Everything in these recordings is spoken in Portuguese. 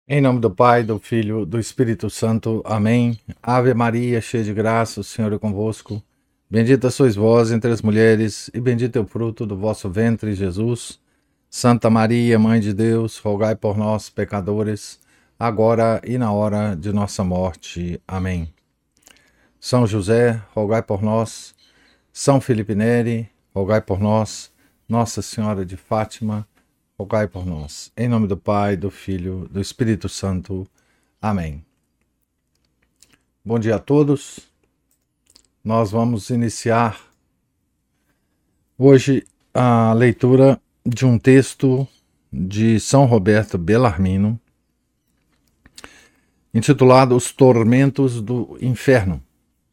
Em nome do Pai, do Filho, do Espírito Santo. Amém. Ave Maria, cheia de graça, o Senhor é convosco. Bendita sois vós entre as mulheres, e bendito é o fruto do vosso ventre, Jesus. Santa Maria, Mãe de Deus, rogai por nós, pecadores, agora e na hora de nossa morte. Amém. São José, rogai por nós. São Felipe Neri, rogai por nós. Nossa Senhora de Fátima, rogai por nós. Em nome do Pai, do Filho, do Espírito Santo. Amém. Bom dia a todos. Nós vamos iniciar hoje a leitura de um texto de São Roberto Bellarmino, intitulado Os Tormentos do Inferno.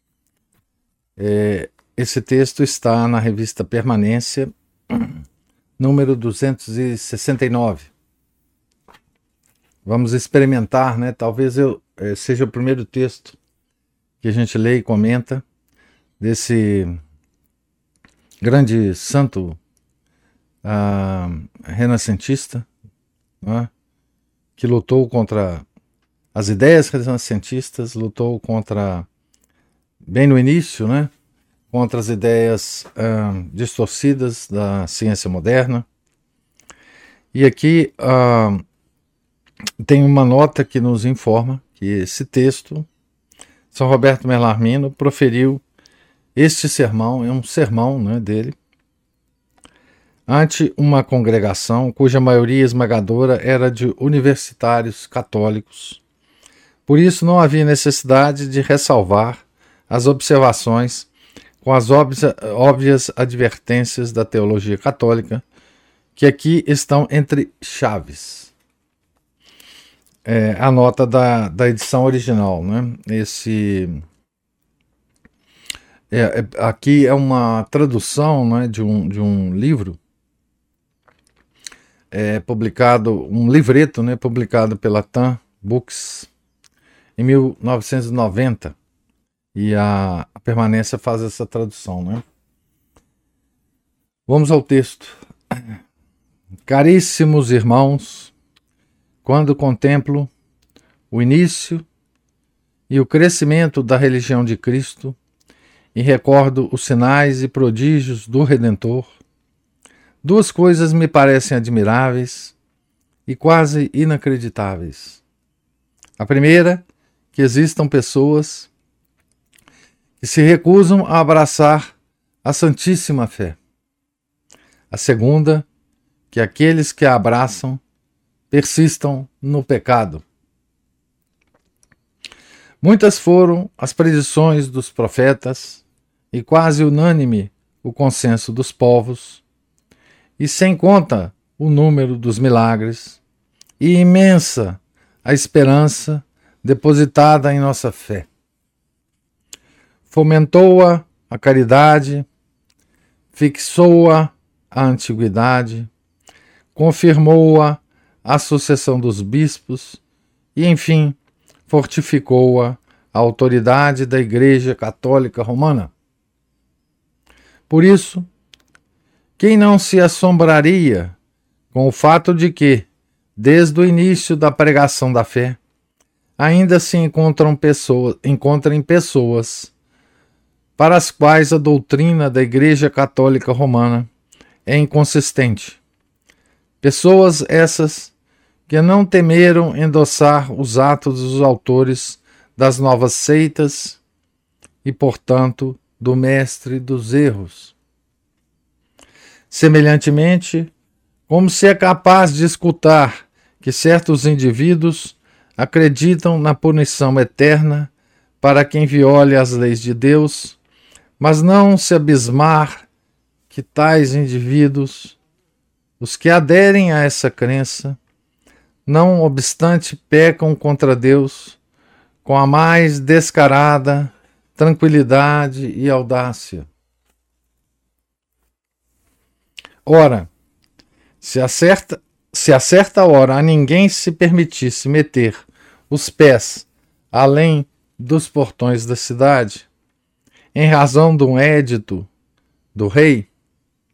Esse texto está na revista Permanência, número 269. Vamos experimentar, né? Talvez seja o primeiro texto que a gente lê e comenta desse grande santo renascentista, né? Que lutou contra as ideias renascentistas, lutou contra, bem no início, né? Contra as ideias distorcidas da ciência moderna. E aqui tem uma nota que nos informa que esse texto, São Roberto Bellarmino proferiu este sermão, é um sermão, né, dele, ante uma congregação cuja maioria esmagadora era de universitários católicos. Por isso não havia necessidade de ressalvar as observações com as óbvias advertências da teologia católica, que aqui estão entre chaves. A nota da edição original, né? Aqui é uma tradução, né, de um livro publicado, um livreto, né, publicado pela TAM Books em 1990. E a Permanência faz essa tradução, né? Vamos ao texto. Caríssimos irmãos, quando contemplo o início e o crescimento da religião de Cristo e recordo os sinais e prodígios do Redentor, duas coisas me parecem admiráveis e quase inacreditáveis. A primeira, que existam pessoas que se recusam a abraçar a Santíssima Fé. A segunda, que aqueles que a abraçam persistam no pecado. Muitas foram as predições dos profetas e quase unânime o consenso dos povos, e sem conta o número dos milagres, e imensa a esperança depositada em nossa fé. Fomentou-a a caridade, fixou-a a antiguidade, confirmou-a a sucessão dos bispos e, enfim, fortificou-a a autoridade da Igreja Católica Romana. Por isso, quem não se assombraria com o fato de que, desde o início da pregação da fé, ainda se encontrem pessoas para as quais a doutrina da Igreja Católica Romana é inconsistente. Pessoas essas que não temeram endossar os atos dos autores das novas seitas e, portanto, do mestre dos erros. Semelhantemente, como se é capaz de escutar que certos indivíduos acreditam na punição eterna para quem viole as leis de Deus, mas não se abismar que tais indivíduos, os que aderem a essa crença, não obstante pecam contra Deus com a mais descarada tranquilidade e audácia. Ora, se a certa hora a ninguém se permitisse meter os pés além dos portões da cidade, em razão de um édito do rei,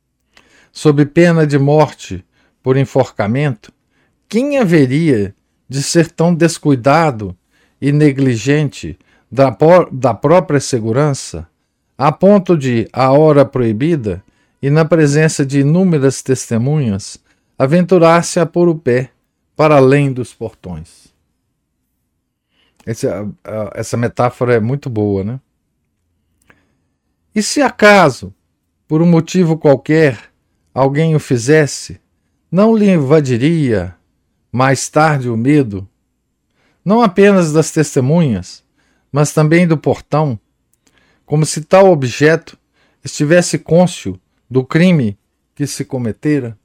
sob pena de morte por enforcamento, quem haveria de ser tão descuidado e negligente da própria segurança, a ponto de, à hora proibida e na presença de inúmeras testemunhas, aventurar-se a pôr o pé para além dos portões. Essa metáfora é muito boa, né? E se acaso, por um motivo qualquer, alguém o fizesse, não lhe invadiria mais tarde o medo, não apenas das testemunhas, mas também do portão, como se tal objeto estivesse cônscio do crime que se cometera?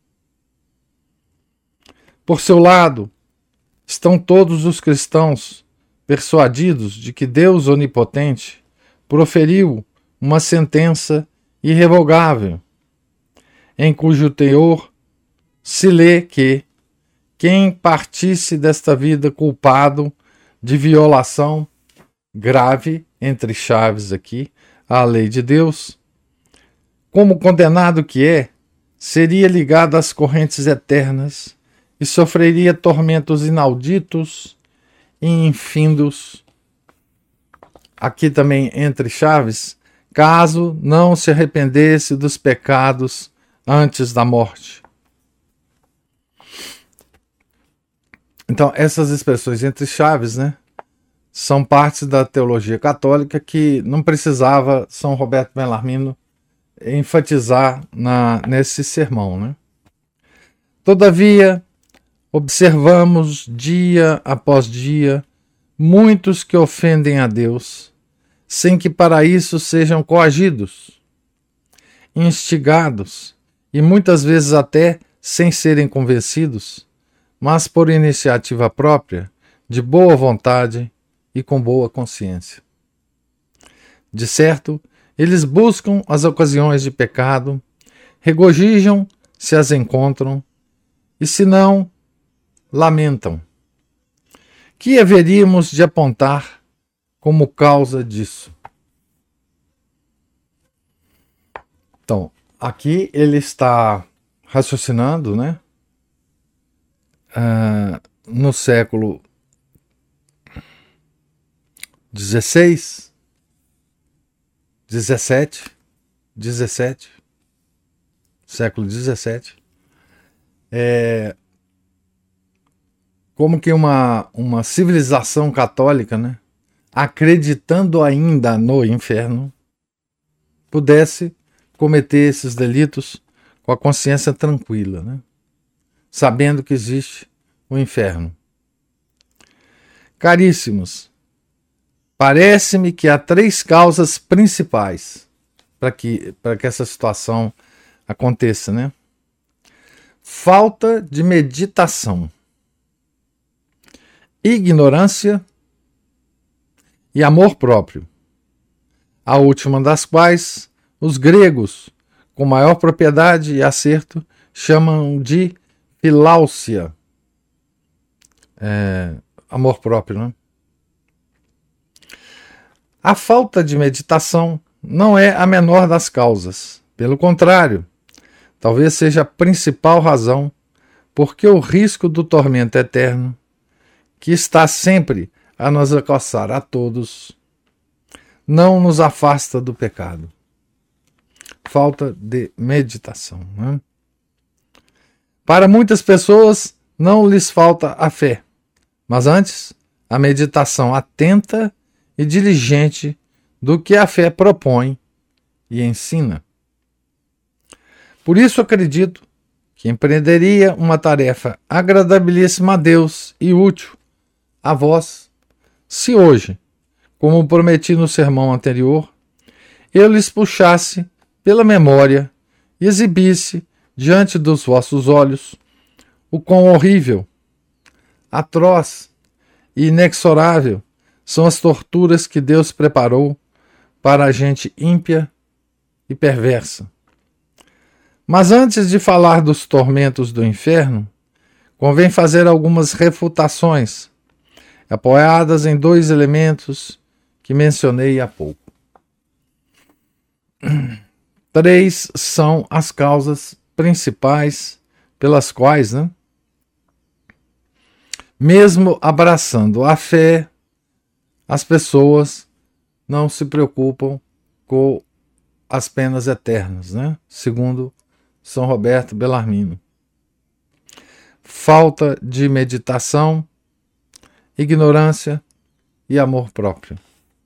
Por seu lado, estão todos os cristãos persuadidos de que Deus Onipotente proferiu uma sentença irrevogável, em cujo teor se lê que quem partisse desta vida culpado de violação grave, entre chaves aqui, à lei de Deus, como condenado que é, seria ligado às correntes eternas e sofreria tormentos inauditos e infindos, aqui também entre chaves, caso não se arrependesse dos pecados antes da morte. Então, essas expressões entre chaves, né, são partes da teologia católica que não precisava São Roberto Bellarmino enfatizar nesse sermão, né? Todavia, observamos dia após dia muitos que ofendem a Deus, sem que para isso sejam coagidos, instigados e muitas vezes até sem serem convencidos, mas por iniciativa própria, de boa vontade e com boa consciência. De certo, eles buscam as ocasiões de pecado, regozijam se as encontram, e se não, lamentam. Que haveríamos de apontar como causa disso? Então, aqui ele está raciocinando, né? No século XVI, século XVII, como que uma civilização católica, né, acreditando ainda no inferno, pudesse cometer esses delitos com a consciência tranquila, né, sabendo que existe o inferno. Caríssimos, parece-me que há 3 causas principais para que essa situação aconteça, né? Falta de meditação, ignorância e amor próprio, a última das quais os gregos, com maior propriedade e acerto, chamam de filáusia, amor próprio, né? A falta de meditação não é a menor das causas. Pelo contrário, talvez seja a principal razão porque o risco do tormento eterno, que está sempre a nos acossar a todos, não nos afasta do pecado. Falta de meditação, né? Para muitas pessoas não lhes falta a fé, mas antes a meditação atenta e diligente do que a fé propõe e ensina. Por isso acredito que empreenderia uma tarefa agradabilíssima a Deus e útil a vós, se hoje, como prometi no sermão anterior, eu lhes puxasse pela memória e exibisse diante dos vossos olhos o quão horrível, atroz e inexorável são as torturas que Deus preparou para a gente ímpia e perversa. Mas antes de falar dos tormentos do inferno, convém fazer algumas refutações, apoiadas em 2 elementos que mencionei há pouco. 3 são as causas principais pelas quais, Mesmo abraçando a fé, as pessoas não se preocupam com as penas eternas, né? Segundo São Roberto Bellarmino. Falta de meditação, ignorância e amor próprio.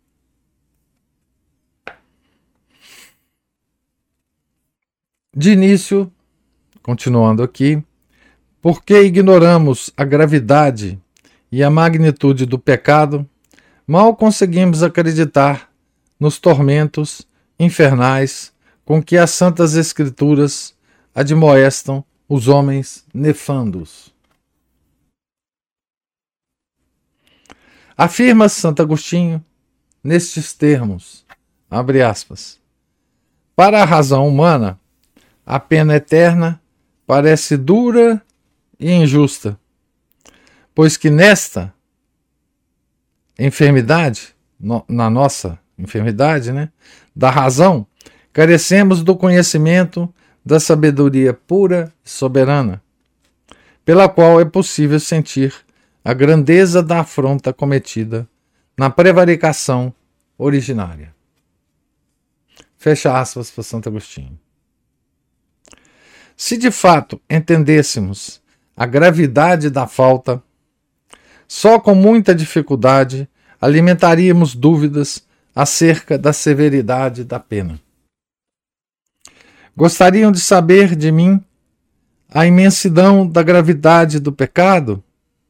De início, continuando aqui, porque ignoramos a gravidade e a magnitude do pecado, mal conseguimos acreditar nos tormentos infernais com que as Santas Escrituras admoestam os homens nefandos. Afirma Santo Agostinho nestes termos, abre aspas, para a razão humana, a pena eterna parece dura e injusta, pois que nesta enfermidade, na nossa enfermidade, né, da razão, carecemos do conhecimento da sabedoria pura e soberana, pela qual é possível sentir a grandeza da afronta cometida na prevaricação originária. Fecha aspas para Santo Agostinho. Se de fato entendêssemos a gravidade da falta, só com muita dificuldade alimentaríamos dúvidas acerca da severidade da pena. Gostariam de saber de mim a imensidão da gravidade do pecado?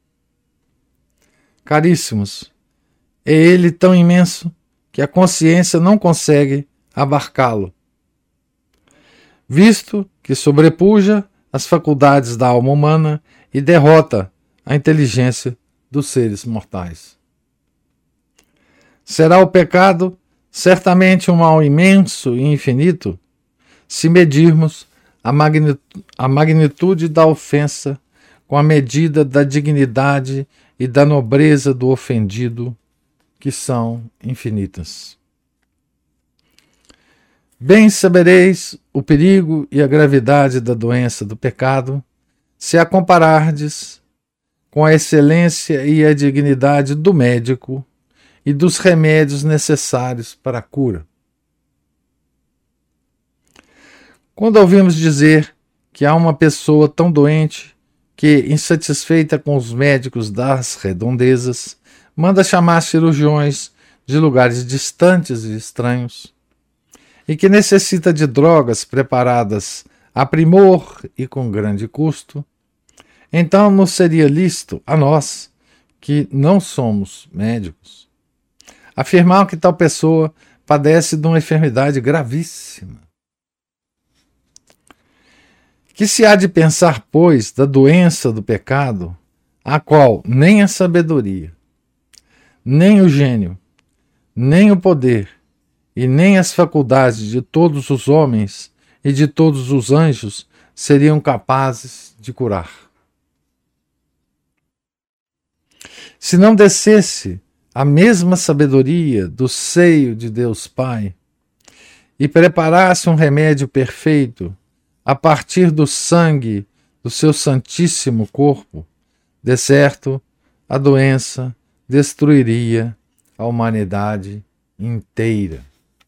Caríssimos, é ele tão imenso que a consciência não consegue abarcá-lo, visto que sobrepuja as faculdades da alma humana e derrota a inteligência dos seres mortais. Será o pecado certamente um mal imenso e infinito, se medirmos a magnitude da ofensa com a medida da dignidade e da nobreza do ofendido, que são infinitas. Bem sabereis o perigo e a gravidade da doença do pecado, se a comparardes com a excelência e a dignidade do médico e dos remédios necessários para a cura. Quando ouvimos dizer que há uma pessoa tão doente que, insatisfeita com os médicos das redondezas, manda chamar cirurgiões de lugares distantes e estranhos, e que necessita de drogas preparadas a primor e com grande custo, então nos seria lícito a nós, que não somos médicos, afirmar que tal pessoa padece de uma enfermidade gravíssima. Que se há de pensar, pois, da doença do pecado, a qual nem a sabedoria, nem o gênio, nem o poder, e nem as faculdades de todos os homens e de todos os anjos seriam capazes de curar. Se não descesse a mesma sabedoria do seio de Deus Pai e preparasse um remédio perfeito a partir do sangue do seu santíssimo corpo, de certo, a doença destruiria a humanidade inteira.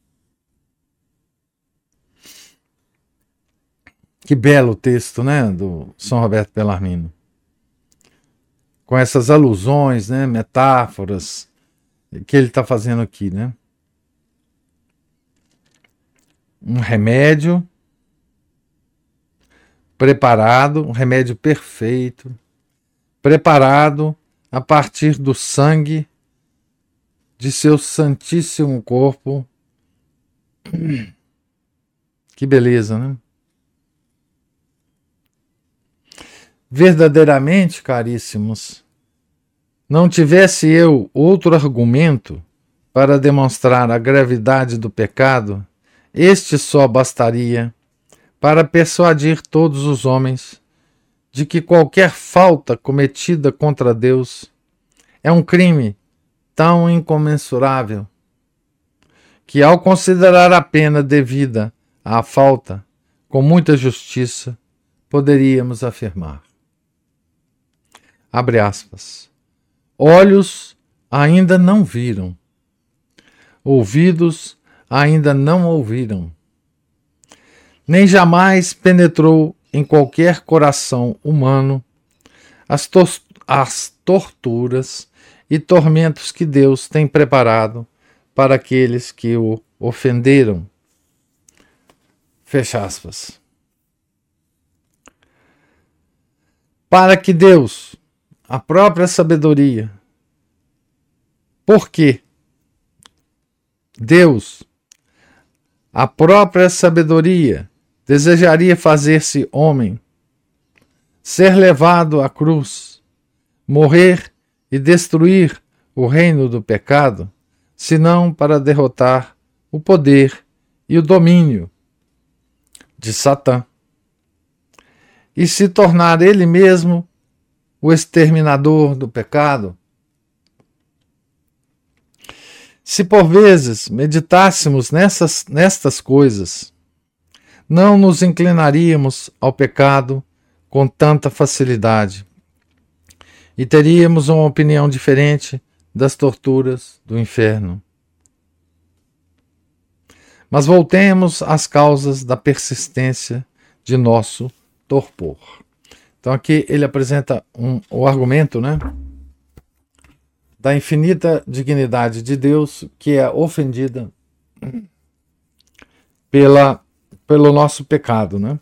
Que belo texto, né, do São Roberto Bellarmino. Com essas alusões, né, metáforas que ele está fazendo aqui, né? Um remédio preparado, um remédio perfeito, preparado a partir do sangue de seu santíssimo corpo. Que beleza, né? Verdadeiramente, caríssimos, não tivesse eu outro argumento para demonstrar a gravidade do pecado, este só bastaria para persuadir todos os homens de que qualquer falta cometida contra Deus é um crime tão incomensurável que, ao considerar a pena devida à falta com muita justiça, poderíamos afirmar: abre aspas, olhos ainda não viram, ouvidos ainda não ouviram, nem jamais penetrou em qualquer coração humano as torturas e tormentos que Deus tem preparado para aqueles que o ofenderam. Fecha aspas. Para que Deus, a própria sabedoria, porque Deus, a própria sabedoria, desejaria fazer-se homem, ser levado à cruz, morrer e destruir o reino do pecado, senão para derrotar o poder e o domínio de Satã, e se tornar ele mesmo o exterminador do pecado. Se por vezes meditássemos nestas coisas, não nos inclinaríamos ao pecado com tanta facilidade e teríamos uma opinião diferente das torturas do inferno. Mas voltemos às causas da persistência de nosso torpor. Então aqui ele apresenta o argumento, né, da infinita dignidade de Deus que é ofendida pelo nosso pecado, né?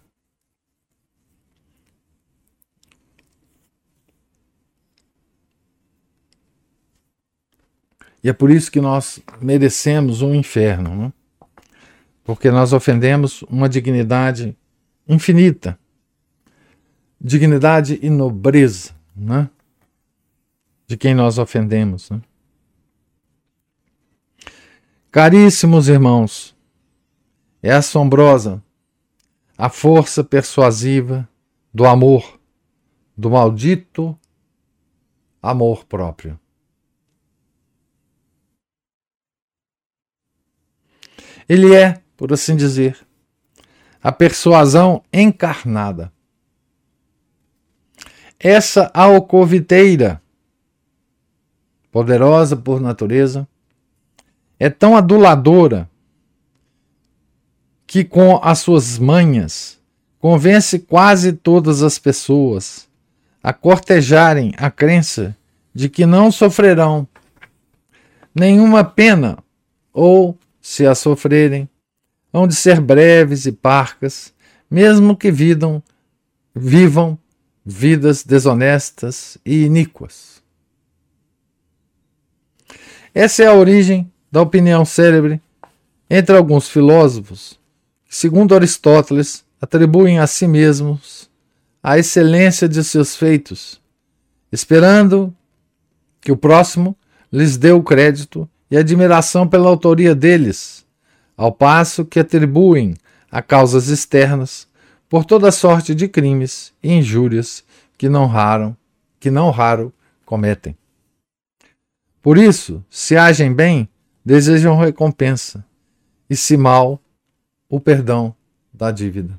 E é por isso que nós merecemos um inferno, né? Porque nós ofendemos uma dignidade infinita, dignidade e nobreza, né, de quem nós ofendemos, né? Caríssimos irmãos, é assombrosa a força persuasiva do amor, do maldito amor próprio. Ele é, por assim dizer, a persuasão encarnada. Essa alcoviteira, poderosa por natureza, é tão aduladora que com as suas manhas convence quase todas as pessoas a cortejarem a crença de que não sofrerão nenhuma pena ou, se a sofrerem, hão de ser breves e parcas, mesmo que vivam vidas desonestas e iníquas. Essa é a origem da opinião célebre entre alguns filósofos que, segundo Aristóteles, atribuem a si mesmos a excelência de seus feitos, esperando que o próximo lhes dê o crédito e admiração pela autoria deles, ao passo que atribuem a causas externas por toda sorte de crimes e injúrias que não raro cometem. Por isso, se agem bem, desejam recompensa, e se mal, o perdão da dívida.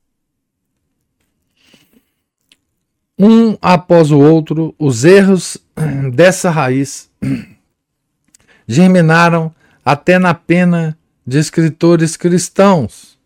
Um após o outro, os erros dessa raiz germinaram até na pena de escritores cristãos.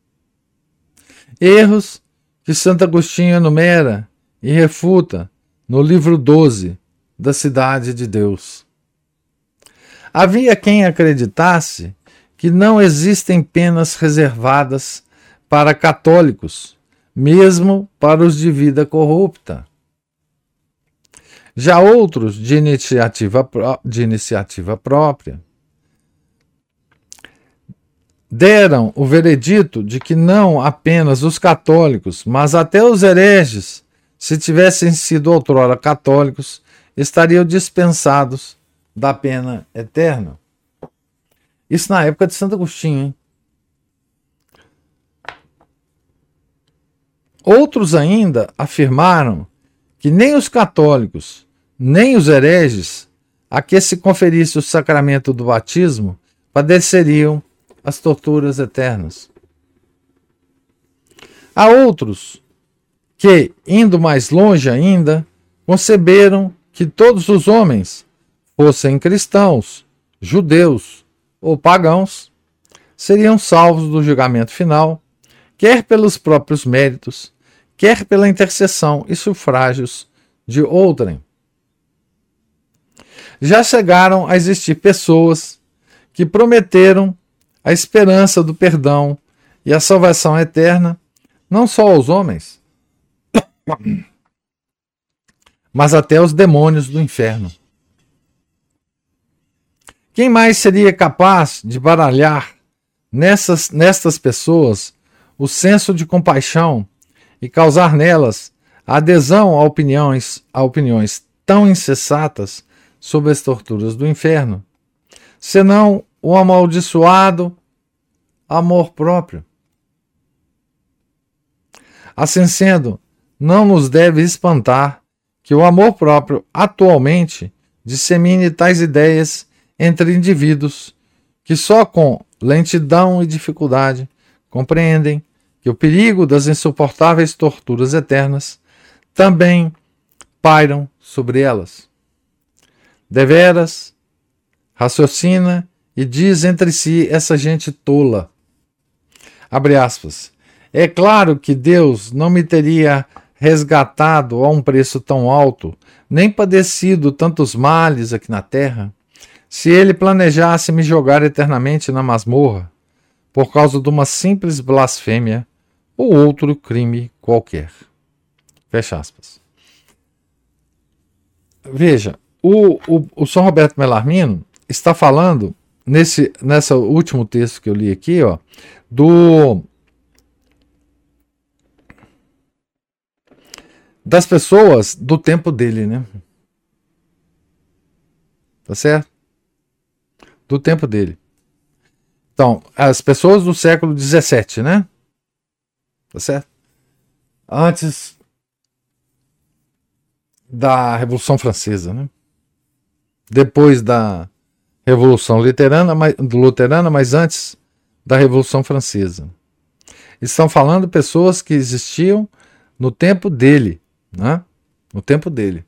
Erros que Santo Agostinho enumera e refuta no livro 12 da Cidade de Deus. Havia quem acreditasse que não existem penas reservadas para católicos, mesmo para os de vida corrupta. Já outros de iniciativa própria deram o veredito de que não apenas os católicos, mas até os hereges, se tivessem sido outrora católicos, estariam dispensados da pena eterna. Isso na época de Santo Agostinho, hein? Outros ainda afirmaram que nem os católicos, nem os hereges, a que se conferisse o sacramento do batismo, padeceriam as torturas eternas. Há outros que, indo mais longe ainda, conceberam que todos os homens, fossem cristãos, judeus ou pagãos, seriam salvos do julgamento final, quer pelos próprios méritos, quer pela intercessão e sufrágios de outrem. Já chegaram a existir pessoas que prometeram a esperança do perdão e a salvação eterna, não só aos homens, mas até aos demônios do inferno. Quem mais seria capaz de baralhar nestas pessoas o senso de compaixão e causar nelas a adesão a opiniões tão insensatas sobre as torturas do inferno, senão o amaldiçoado amor próprio? Assim sendo, não nos deve espantar que o amor próprio atualmente dissemine tais ideias entre indivíduos que só com lentidão e dificuldade compreendem que o perigo das insuportáveis torturas eternas também pairam sobre elas. Deveras, raciocina e diz entre si essa gente tola. Abre aspas. É claro que Deus não me teria resgatado a um preço tão alto, nem padecido tantos males aqui na terra, se ele planejasse me jogar eternamente na masmorra, por causa de uma simples blasfêmia ou outro crime qualquer. Fecha aspas. Veja, o São Roberto Bellarmino está falando, nesse último texto que eu li aqui, ó, das pessoas do tempo dele, né? Tá certo? Do tempo dele. Então, as pessoas do século XVII, né? Tá certo? Antes da Revolução Francesa, né? Depois da Revolução Luterana, mas antes da Revolução Francesa. Estão falando de pessoas que existiam no tempo dele, né? No tempo dele.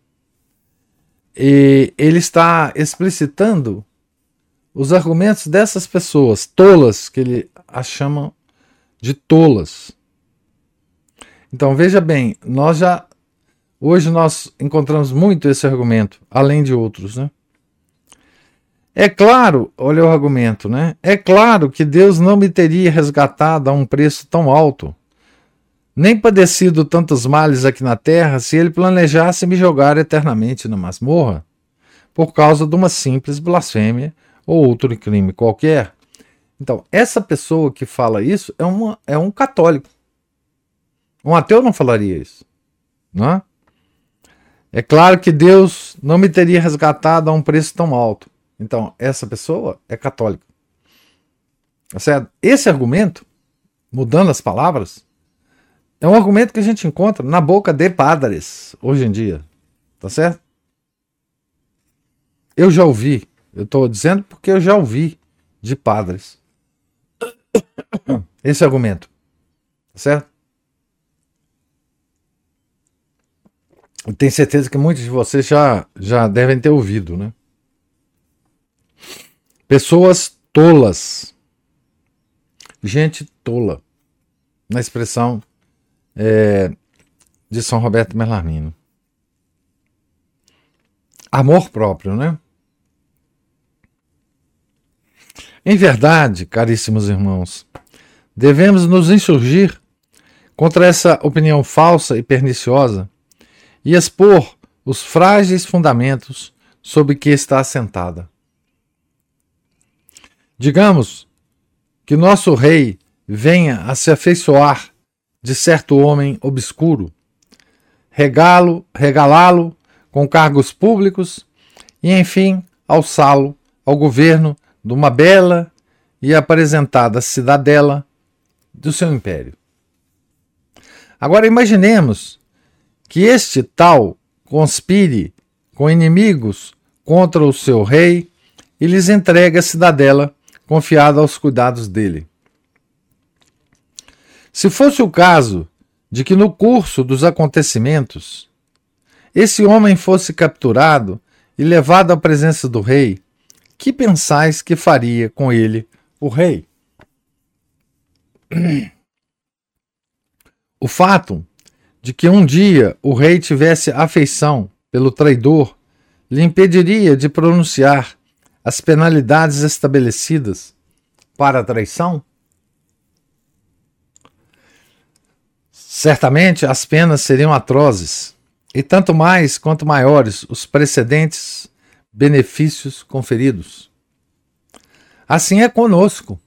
E ele está explicitando os argumentos dessas pessoas tolas, que ele as chama de tolas. Então veja bem, hoje nós encontramos muito esse argumento, além de outros, né? É claro, olha o argumento, né? É claro que Deus não me teria resgatado a um preço tão alto, nem padecido tantos males aqui na terra, se ele planejasse me jogar eternamente na masmorra, por causa de uma simples blasfêmia ou outro crime qualquer. Então, essa pessoa que fala isso é um católico. Um ateu não falaria isso, não é? É claro que Deus não me teria resgatado a um preço tão alto. Então, essa pessoa é católica. Tá certo? Esse argumento, mudando as palavras, é um argumento que a gente encontra na boca de padres hoje em dia. Tá certo? Eu já ouvi, eu estou dizendo porque eu já ouvi de padres esse argumento. Tá certo? Eu tenho certeza que muitos de vocês já devem ter ouvido, né? Pessoas tolas. Gente tola. Na expressão de São Roberto Bellarmino. Amor próprio, né? Em verdade, caríssimos irmãos, devemos nos insurgir contra essa opinião falsa e perniciosa e expor os frágeis fundamentos sobre que está assentada. Digamos que nosso rei venha a se afeiçoar de certo homem obscuro, regalá-lo com cargos públicos e, enfim, alçá-lo ao governo de uma bela e apresentada cidadela do seu império. Agora imaginemos que este tal conspire com inimigos contra o seu rei e lhes entregue a cidadela confiada aos cuidados dele. Se fosse o caso de que no curso dos acontecimentos esse homem fosse capturado e levado à presença do rei, que pensais que faria com ele o rei? O fato de que um dia o rei tivesse afeição pelo traidor lhe impediria de pronunciar as penalidades estabelecidas para a traição? Certamente as penas seriam atrozes, e tanto mais quanto maiores os precedentes benefícios conferidos. Assim é conosco.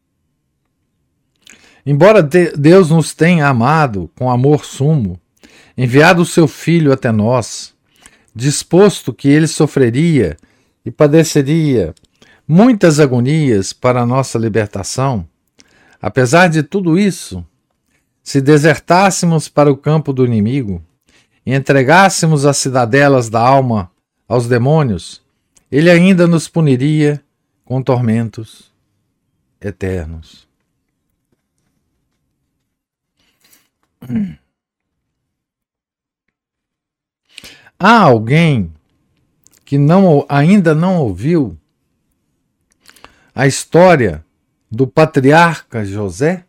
Embora Deus nos tenha amado com amor sumo, enviado o seu Filho até nós, disposto que ele sofreria e padeceria muitas agonias para a nossa libertação, apesar de tudo isso, se desertássemos para o campo do inimigo e entregássemos as cidadelas da alma aos demônios, ele ainda nos puniria com tormentos eternos. Há alguém que ainda não ouviu a história do patriarca José?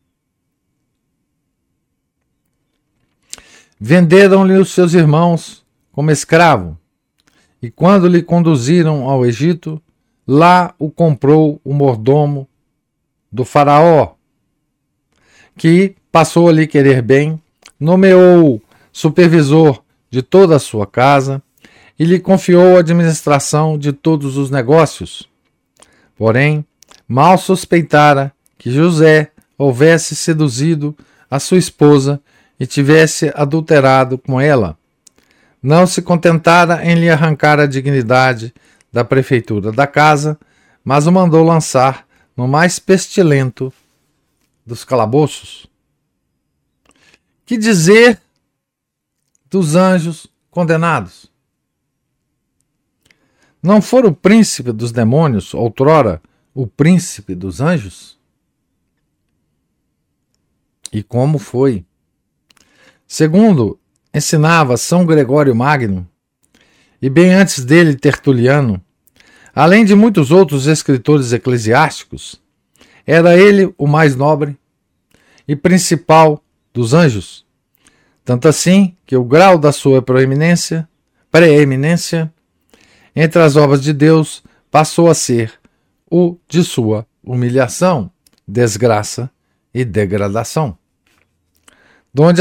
Venderam-lhe os seus irmãos como escravo, e quando lhe conduziram ao Egito, lá o comprou o mordomo do faraó, que passou a lhe querer bem, nomeou-o supervisor de toda a sua casa e lhe confiou a administração de todos os negócios. Porém, mal suspeitara que José houvesse seduzido a sua esposa e tivesse adulterado com ela. Não se contentara em lhe arrancar a dignidade da prefeitura da casa, mas o mandou lançar no mais pestilento dos calabouços. Que dizer dos anjos condenados? Não fora o príncipe dos demônios, outrora, o príncipe dos anjos? E como foi? Segundo ensinava São Gregório Magno, e bem antes dele Tertuliano, além de muitos outros escritores eclesiásticos, era ele o mais nobre e principal dos anjos, tanto assim que o grau da sua preeminência entre as obras de Deus passou a ser o de sua humilhação, desgraça e degradação. Donde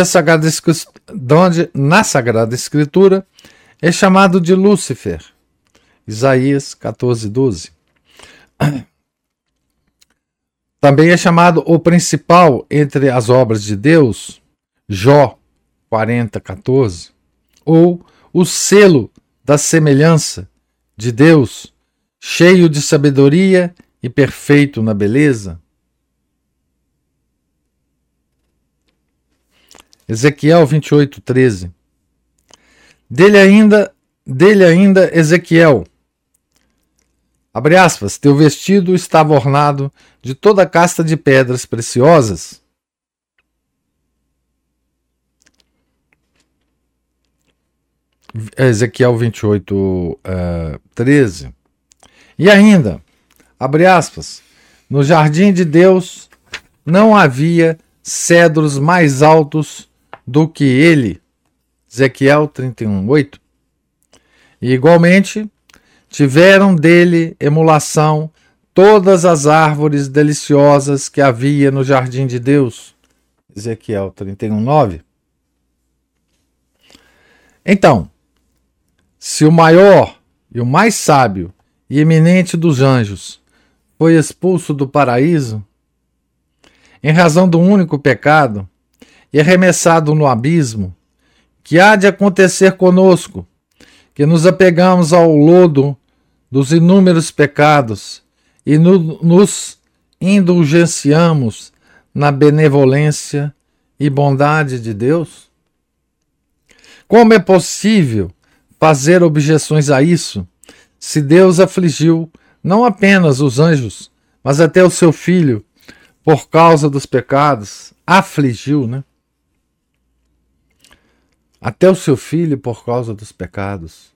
na Sagrada Escritura é chamado de Lúcifer, Isaías 14:12. Também é chamado o principal entre as obras de Deus, Jó 40:14, ou o selo da semelhança de Deus, cheio de sabedoria e perfeito na beleza. Ezequiel 28:13. Dele ainda Ezequiel. Abre aspas, teu vestido estava ornado de toda casta de pedras preciosas. Ezequiel 28:13. E ainda, abre aspas, no jardim de Deus não havia cedros mais altos do que ele. Ezequiel 31:8. E igualmente, tiveram dele emulação todas as árvores deliciosas que havia no jardim de Deus. Ezequiel 31:9. Então, se o maior e o mais sábio e eminente dos anjos foi expulso do paraíso, em razão do único pecado, e arremessado no abismo, que há de acontecer conosco, que nos apegamos ao lodo dos inúmeros pecados e nos indulgenciamos na benevolência e bondade de Deus? Como é possível fazer objeções a isso, se Deus afligiu não apenas os anjos, mas até o seu Filho, por causa dos pecados? Afligiu, né? até o seu filho por causa dos pecados.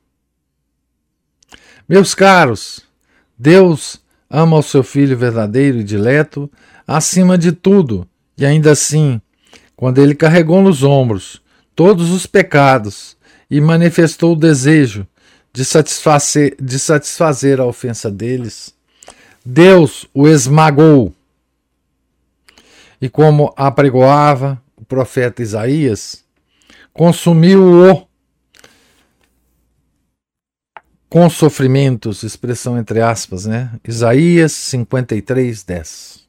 Meus caros, Deus ama o seu filho verdadeiro e dileto acima de tudo, e ainda assim, quando ele carregou nos ombros todos os pecados e manifestou o desejo de satisfazer a ofensa deles, Deus o esmagou. E como apregoava o profeta Isaías, consumiu-o com sofrimentos, expressão entre aspas, né? Isaías 53:10.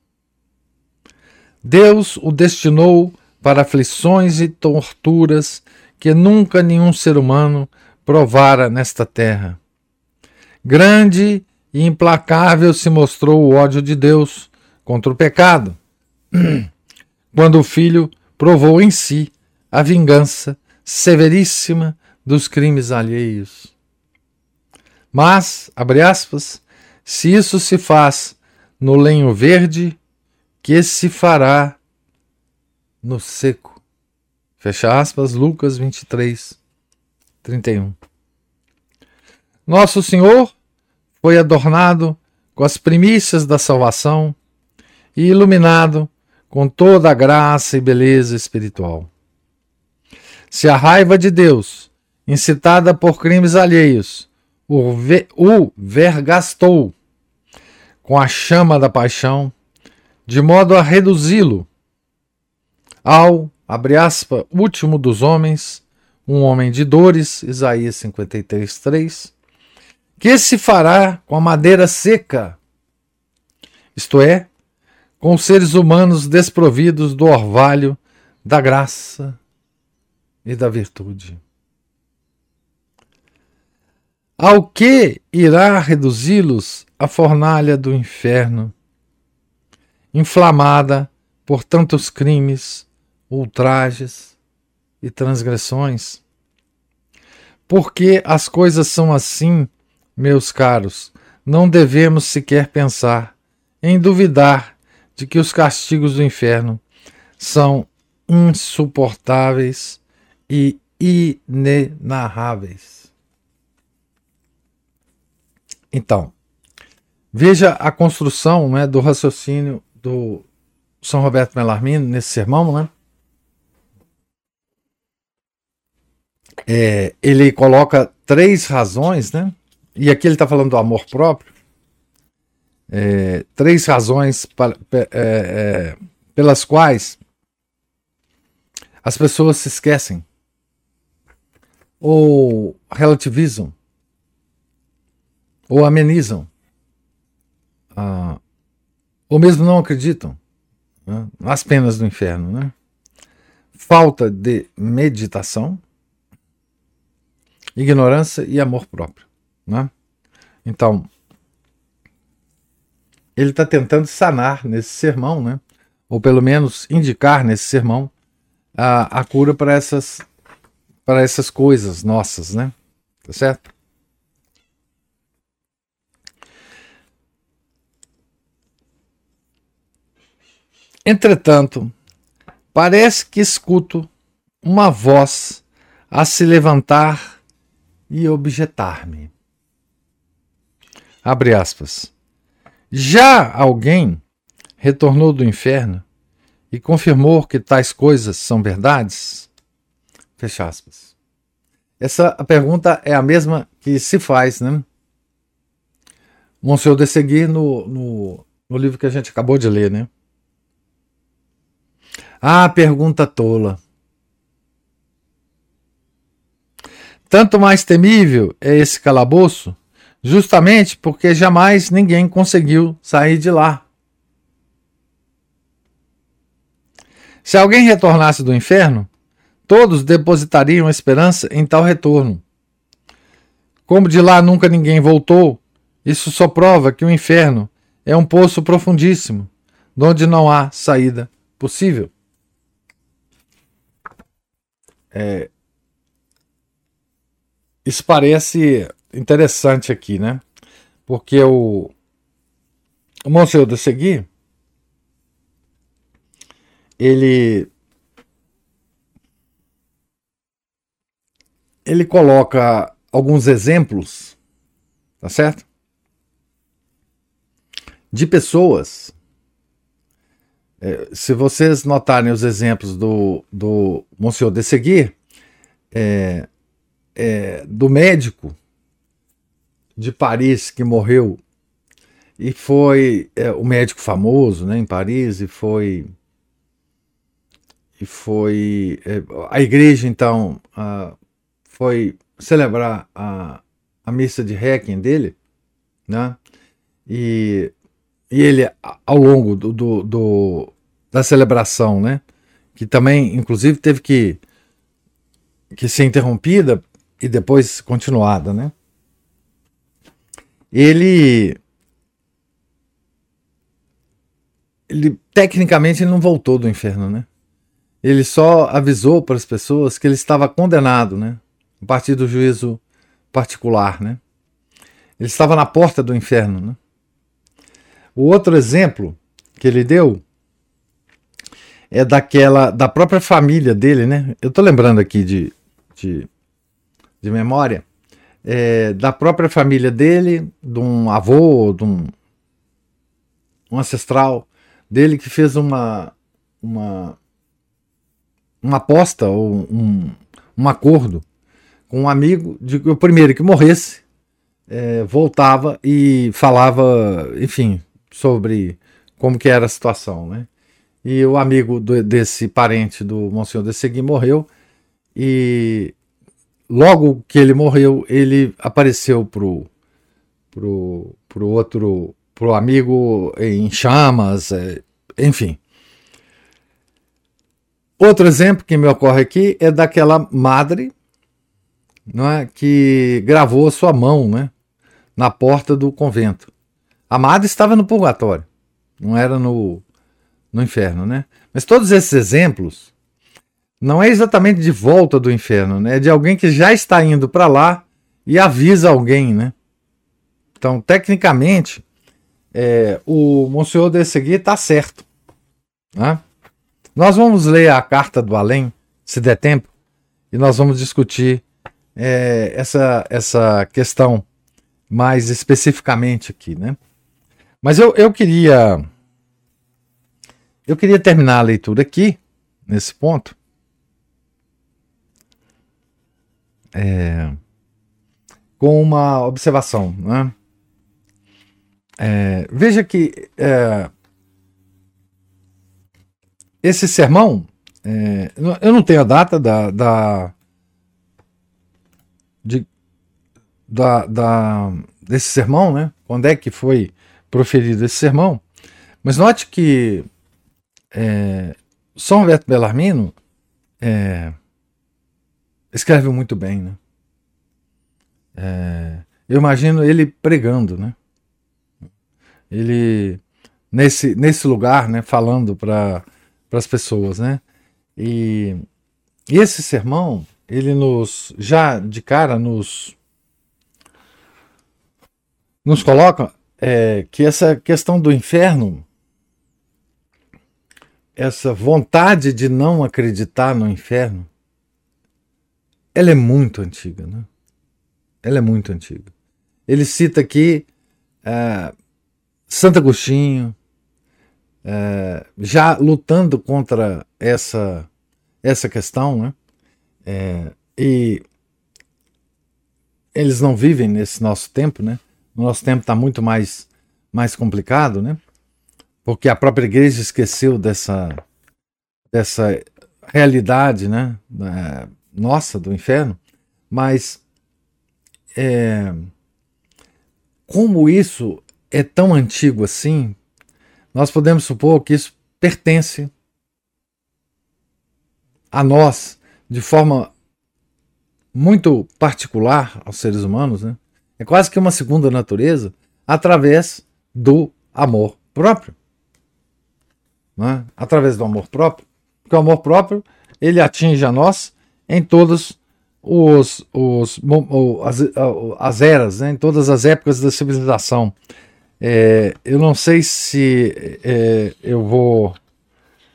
Deus o destinou para aflições e torturas que nunca nenhum ser humano provara nesta terra. Grande e implacável se mostrou o ódio de Deus contra o pecado, quando o Filho provou em si a vingança severíssima dos crimes alheios. Mas, abre aspas, se isso se faz no lenho verde, que se fará no seco. Fecha aspas, Lucas 23:31. Nosso Senhor foi adornado com as primícias da salvação e iluminado com toda a graça e beleza espiritual. Se a raiva de Deus, incitada por crimes alheios, o vergastou com a chama da paixão, de modo a reduzi-lo ao, abre aspas, último dos homens, um homem de dores, Isaías 53:3, que se fará com a madeira seca, isto é, com os seres humanos desprovidos do orvalho da graça e da virtude. Ao que irá reduzi-los a fornalha do inferno, inflamada por tantos crimes, ultrajes e transgressões? Porque as coisas são assim, meus caros, não devemos sequer pensar em duvidar de que os castigos do inferno são insuportáveis e inenarráveis. Então, veja a construção, né, do raciocínio do São Roberto Bellarmino nesse sermão, né? Ele coloca 3 razões, né? E aqui ele está falando do amor próprio. 3 razões pelas quais as pessoas se esquecem ou relativizam ou amenizam, ou mesmo não acreditam, né, nas penas do inferno, né? Falta de meditação, ignorância e amor próprio, né? Então, ele está tentando sanar nesse sermão, né? Ou pelo menos indicar nesse sermão a cura para essas coisas nossas, né? Tá certo? Entretanto, parece que escuto uma voz a se levantar e objetar-me. Abre aspas. Já alguém retornou do inferno e confirmou que tais coisas são verdades? Fecha aspas. Essa pergunta é a mesma que se faz, né? Monsieur de Seguir no livro que a gente acabou de ler, né? Ah, pergunta tola. Tanto mais temível é esse calabouço, justamente porque jamais ninguém conseguiu sair de lá. Se alguém retornasse do inferno, todos depositariam a esperança em tal retorno. Como de lá nunca ninguém voltou, isso só prova que o inferno é um poço profundíssimo, de onde não há saída possível. Isso parece interessante aqui, né? Porque o Monsieur de Seguir, ele ele coloca alguns exemplos, tá certo? De pessoas. Se vocês notarem os exemplos do Monsieur de Seguir, do médico de Paris que morreu e foi o médico famoso, né, em Paris, e foi a igreja então foi celebrar a missa de Requiem dele, né, e ele ao longo da celebração, né, que também inclusive teve que ser interrompida e depois continuada, né, ele tecnicamente ele não voltou do inferno, né? Ele só avisou para as pessoas que ele estava condenado, né? A partir do juízo particular, né? Ele estava na porta do inferno, né? O outro exemplo que ele deu é da própria família dele, né? Eu estou lembrando aqui de memória, da própria família dele, de um avô, de um ancestral dele que fez uma aposta ou um acordo com um amigo de que o primeiro que morresse voltava e falava, enfim, sobre como que era a situação, né? E o amigo desse parente do Monsenhor de Seguir morreu, e logo que ele morreu, ele apareceu pro amigo em chamas, enfim. Outro exemplo que me ocorre aqui é daquela madre, não é, que gravou sua mão, né, na porta do convento. A madre estava no purgatório, não era no inferno, né? Mas todos esses exemplos não é exatamente de volta do inferno, né? É de alguém que já está indo para lá e avisa alguém, né? Então, tecnicamente, o Monsenhor de Seguir está certo, né? Nós vamos ler a Carta do Além, se der tempo, e nós vamos discutir essa questão mais especificamente aqui, né? Mas eu queria terminar a leitura aqui, nesse ponto, com uma observação, né? Veja que esse sermão, eu não tenho a data desse sermão, né? Quando é que foi proferido esse sermão? Mas note que São Roberto Bellarmino escreve muito bem, né? Eu imagino ele pregando, né? Ele nesse lugar, né? Falando para as pessoas, né? E esse sermão, ele já de cara nos coloca que essa questão do inferno, essa vontade de não acreditar no inferno, ela é muito antiga, né? Ela é muito antiga. Ele cita aqui Santo Agostinho, já lutando contra essa questão, né? E eles não vivem nesse nosso tempo, né? O nosso tempo está muito mais complicado, né? Porque a própria igreja esqueceu dessa realidade, né? Nossa, do inferno. Mas como isso é tão antigo assim, nós podemos supor que isso pertence a nós de forma muito particular aos seres humanos, né? É quase que uma segunda natureza através do amor próprio, né? Através do amor próprio, porque o amor próprio ele atinge a nós em todas as eras, né? Em todas as épocas da civilização. Eu não sei se eu vou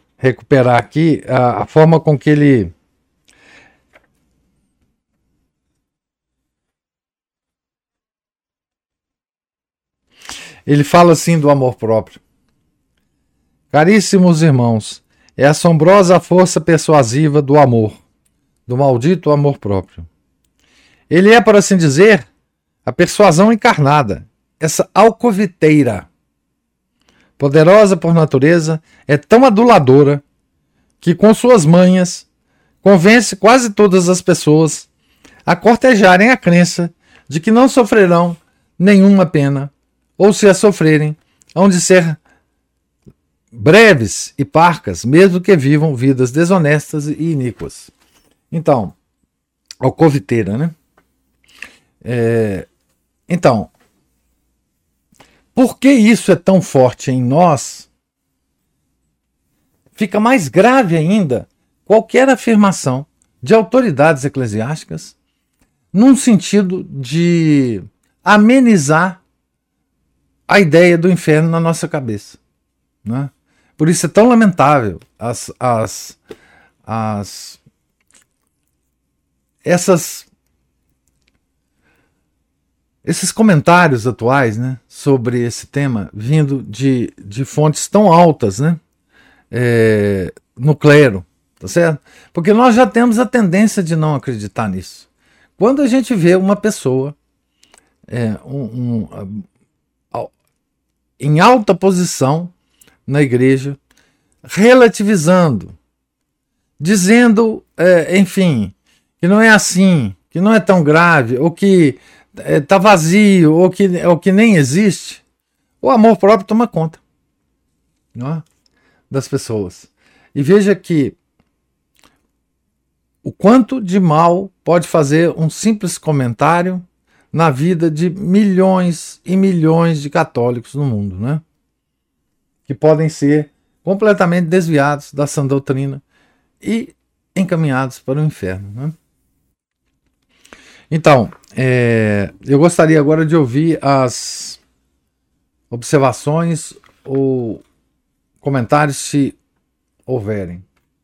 recuperar aqui a forma com que ele Ele fala assim do amor próprio. Caríssimos irmãos, é assombrosa a força persuasiva do amor, do maldito amor próprio. Ele é, por assim dizer, a persuasão encarnada, essa alcoviteira, poderosa por natureza, é tão aduladora que com suas manhas convence quase todas as pessoas a cortejarem a crença de que não sofrerão nenhuma pena, ou se a sofrerem, hão de ser breves e parcas, mesmo que vivam vidas desonestas e iníquas. Então, alcoviteira, né? Então, por que isso é tão forte em nós? Fica mais grave ainda qualquer afirmação de autoridades eclesiásticas num sentido de amenizar a ideia do inferno na nossa cabeça, né? Por isso é tão lamentável esses comentários atuais, né, sobre esse tema vindo de fontes tão altas, né, no clero, tá certo? Porque nós já temos a tendência de não acreditar nisso. Quando a gente vê uma pessoa em alta posição na igreja, relativizando, dizendo, enfim, que não é assim, que não é tão grave, ou que está vazio, ou que nem existe, o amor próprio toma conta, não é? Das pessoas. E veja que o quanto de mal pode fazer um simples comentário na vida de milhões e milhões de católicos no mundo, né? Que podem ser completamente desviados da sã doutrina e encaminhados para o inferno, né? Então, eu gostaria agora de ouvir as observações ou comentários, se houverem.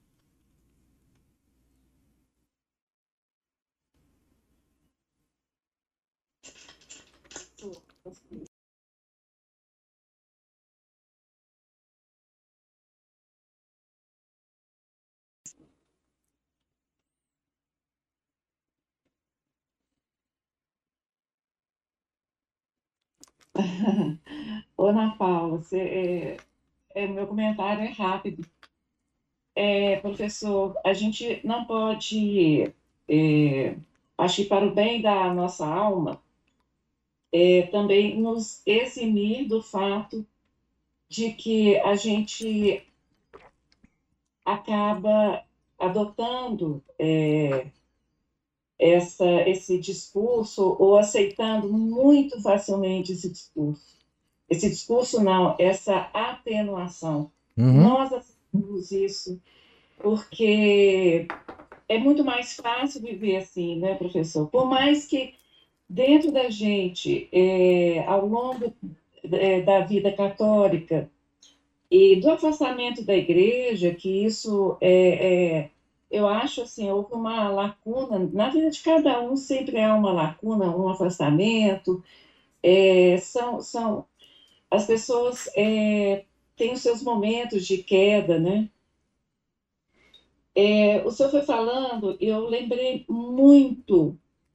Ô, Ana Paula, meu comentário é rápido. Professor, a gente não pode, acho que para o bem da nossa alma, também nos eximir do fato de que a gente acaba adotando esse discurso ou aceitando muito facilmente esse discurso. Esse discurso não, essa atenuação. Nós aceitamos isso porque é muito mais fácil viver assim, né, professor? Por mais que dentro da gente, ao longo da vida católica e do afastamento da igreja, que isso eu acho assim, houve uma lacuna, na vida de cada um sempre há uma lacuna, um afastamento, as pessoas têm os seus momentos de queda, né? O senhor foi falando, eu lembrei muito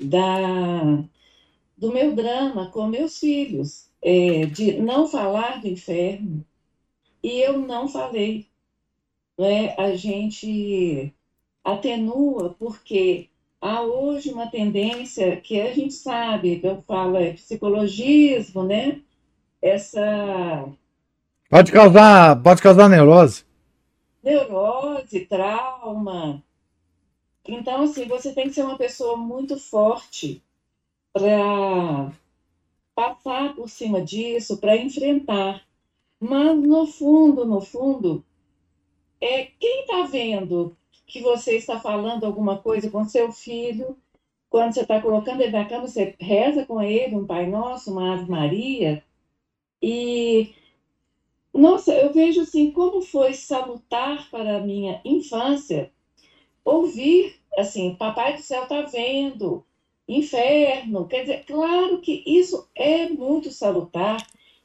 do meu drama com meus filhos, de não falar do inferno, e eu não falei. Né? A gente atenua porque há hoje uma tendência que a gente sabe, que eu falo, psicologismo, né? Essa Pode causar neurose. neurose, trauma. Então, assim, você tem que ser uma pessoa muito forte para passar por cima disso, para enfrentar. Mas, no fundo, quem está vendo que você está falando alguma coisa com seu filho, quando você está colocando ele na cama, você reza com ele um Pai Nosso, uma Ave Maria, e, nossa, eu vejo assim, como foi salutar para a minha infância ouvir, assim, Papai do Céu está vendo, inferno, quer dizer, claro que isso é muito salutar,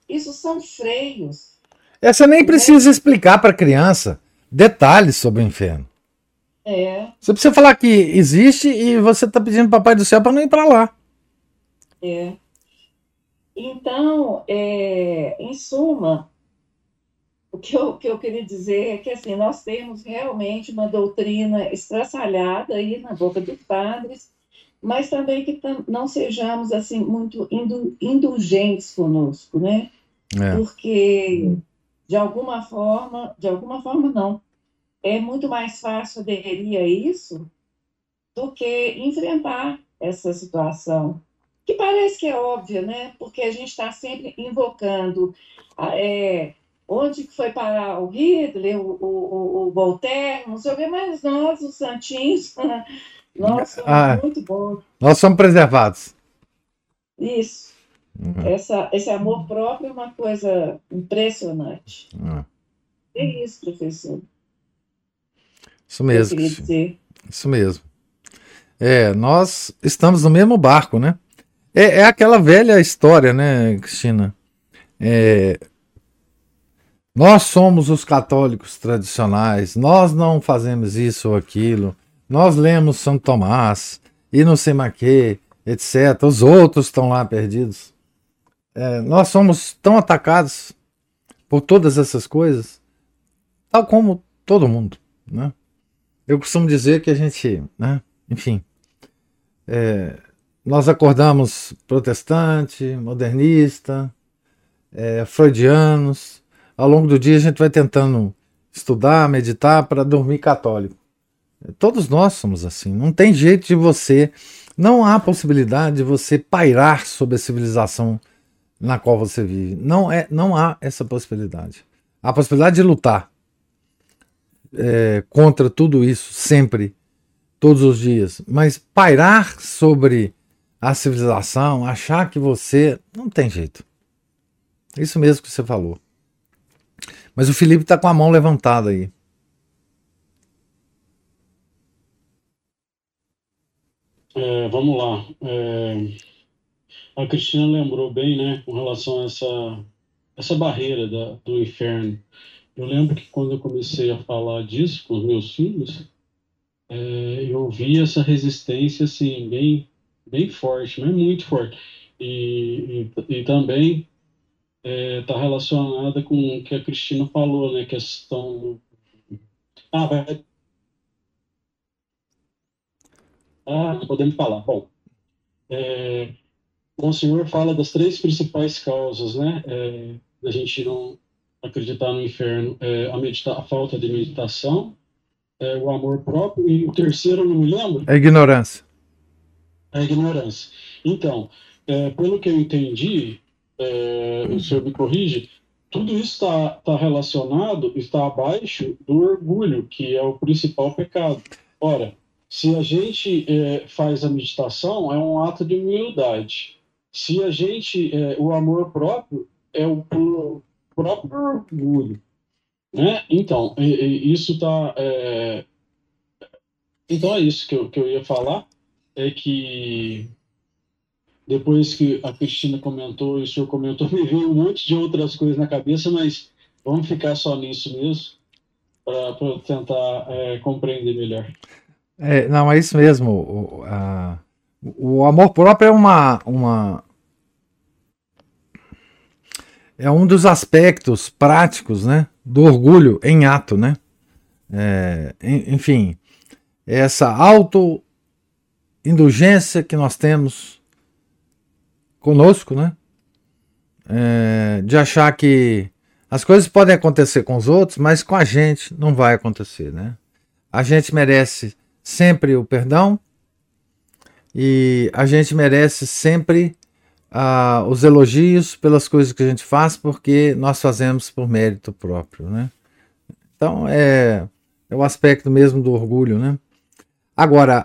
Isso são freios, Essa nem né? precisa explicar para a criança detalhes sobre o inferno. É, Você precisa falar que existe e você está pedindo para o Papai do Céu para não ir para lá. é. Então, em suma, o que eu queria dizer é que assim, nós temos realmente uma doutrina estraçalhada aí na boca dos padres, mas também que não sejamos assim muito indulgentes conosco, né? É. Porque de alguma forma não, é muito mais fácil aderir a isso do que enfrentar essa situação, que parece que é óbvia, né? Porque a gente está sempre invocando onde que foi parar o Hitler, o Voltaire, não sei o quê, mas nós, os santinhos, nós somos Ah, muito bons. nós somos preservados. Isso, Uhum. esse amor próprio é uma coisa impressionante. Uhum. É isso, professor, Isso que eu mesmo, queria Cristina. dizer. Isso mesmo. Nós estamos no mesmo barco, né? É aquela velha história, né, Cristina? Nós somos os católicos tradicionais, nós não fazemos isso ou aquilo, nós lemos São Tomás e não sei mais que, etc. Os outros estão lá perdidos. Nós somos tão atacados por todas essas coisas, tal como todo mundo, né? Eu costumo dizer que a gente, né, enfim, nós acordamos protestante, modernista, freudianos. Ao longo do dia a gente vai tentando estudar, meditar para dormir católico. Todos nós somos assim. Não tem jeito de você. Não há possibilidade de você pairar sobre a civilização na qual você vive. Não há essa possibilidade. Há a possibilidade de lutar contra tudo isso sempre, todos os dias. Mas pairar sobre a civilização, achar que você. Não tem jeito. Isso mesmo que você falou. Mas o Felipe está com a mão levantada aí. Vamos lá. A Cristina lembrou bem, né, com relação a essa barreira do inferno. Eu lembro que quando eu comecei a falar disso com os meus filhos, eu vi essa resistência assim bem, bem forte, mas muito forte. E também está relacionada com o que a Cristina falou, né, questão. Ah, vai. Ah, podemos falar. Bom, é, o senhor fala das três principais causas, né, da gente não acreditar no inferno: a falta de meditação, o amor próprio e o terceiro, eu não me lembro, É ignorância. a ignorância. Então, pelo que eu entendi, o senhor me corrige, tudo isso está relacionado, está abaixo do orgulho, que é o principal pecado. Ora, se a gente faz a meditação, é um ato de humildade. Se a gente, o amor próprio é o próprio orgulho, né? Então, isso está. Então é isso que eu ia falar, é que depois que a Cristina comentou e o senhor comentou, me veio um monte de outras coisas na cabeça, mas vamos ficar só nisso mesmo, para tentar compreender melhor. Não, é isso mesmo. O amor próprio é um dos aspectos práticos, né, do orgulho em ato, né? Enfim, essa auto-indulgência que nós temos conosco, né? De achar que as coisas podem acontecer com os outros, mas com a gente não vai acontecer, né? A gente merece sempre o perdão e a gente merece sempre os elogios pelas coisas que a gente faz, porque nós fazemos por mérito próprio, né? Então é o aspecto mesmo do orgulho, né? Agora,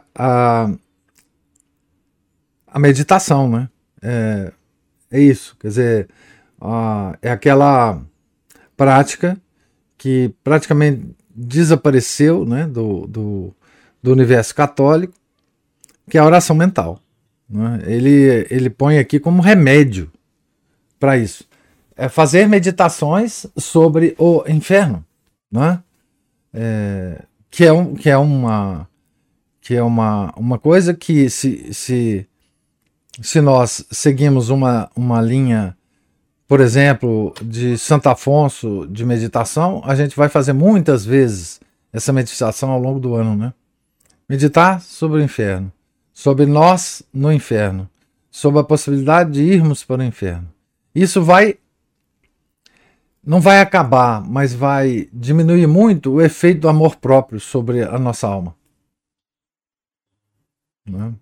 a meditação, né? É isso, quer dizer, é aquela prática que praticamente desapareceu, né, do universo católico, que é a oração mental, né? Ele põe aqui como remédio para isso. fazer meditações sobre o inferno, né? Que é uma coisa que se nós seguimos uma linha, por exemplo, de Santo Afonso de meditação, a gente vai fazer muitas vezes essa meditação ao longo do ano, né? Meditar sobre o inferno, sobre nós no inferno, sobre a possibilidade de irmos para o inferno. Isso não vai acabar, mas vai diminuir muito o efeito do amor próprio sobre a nossa alma. Né?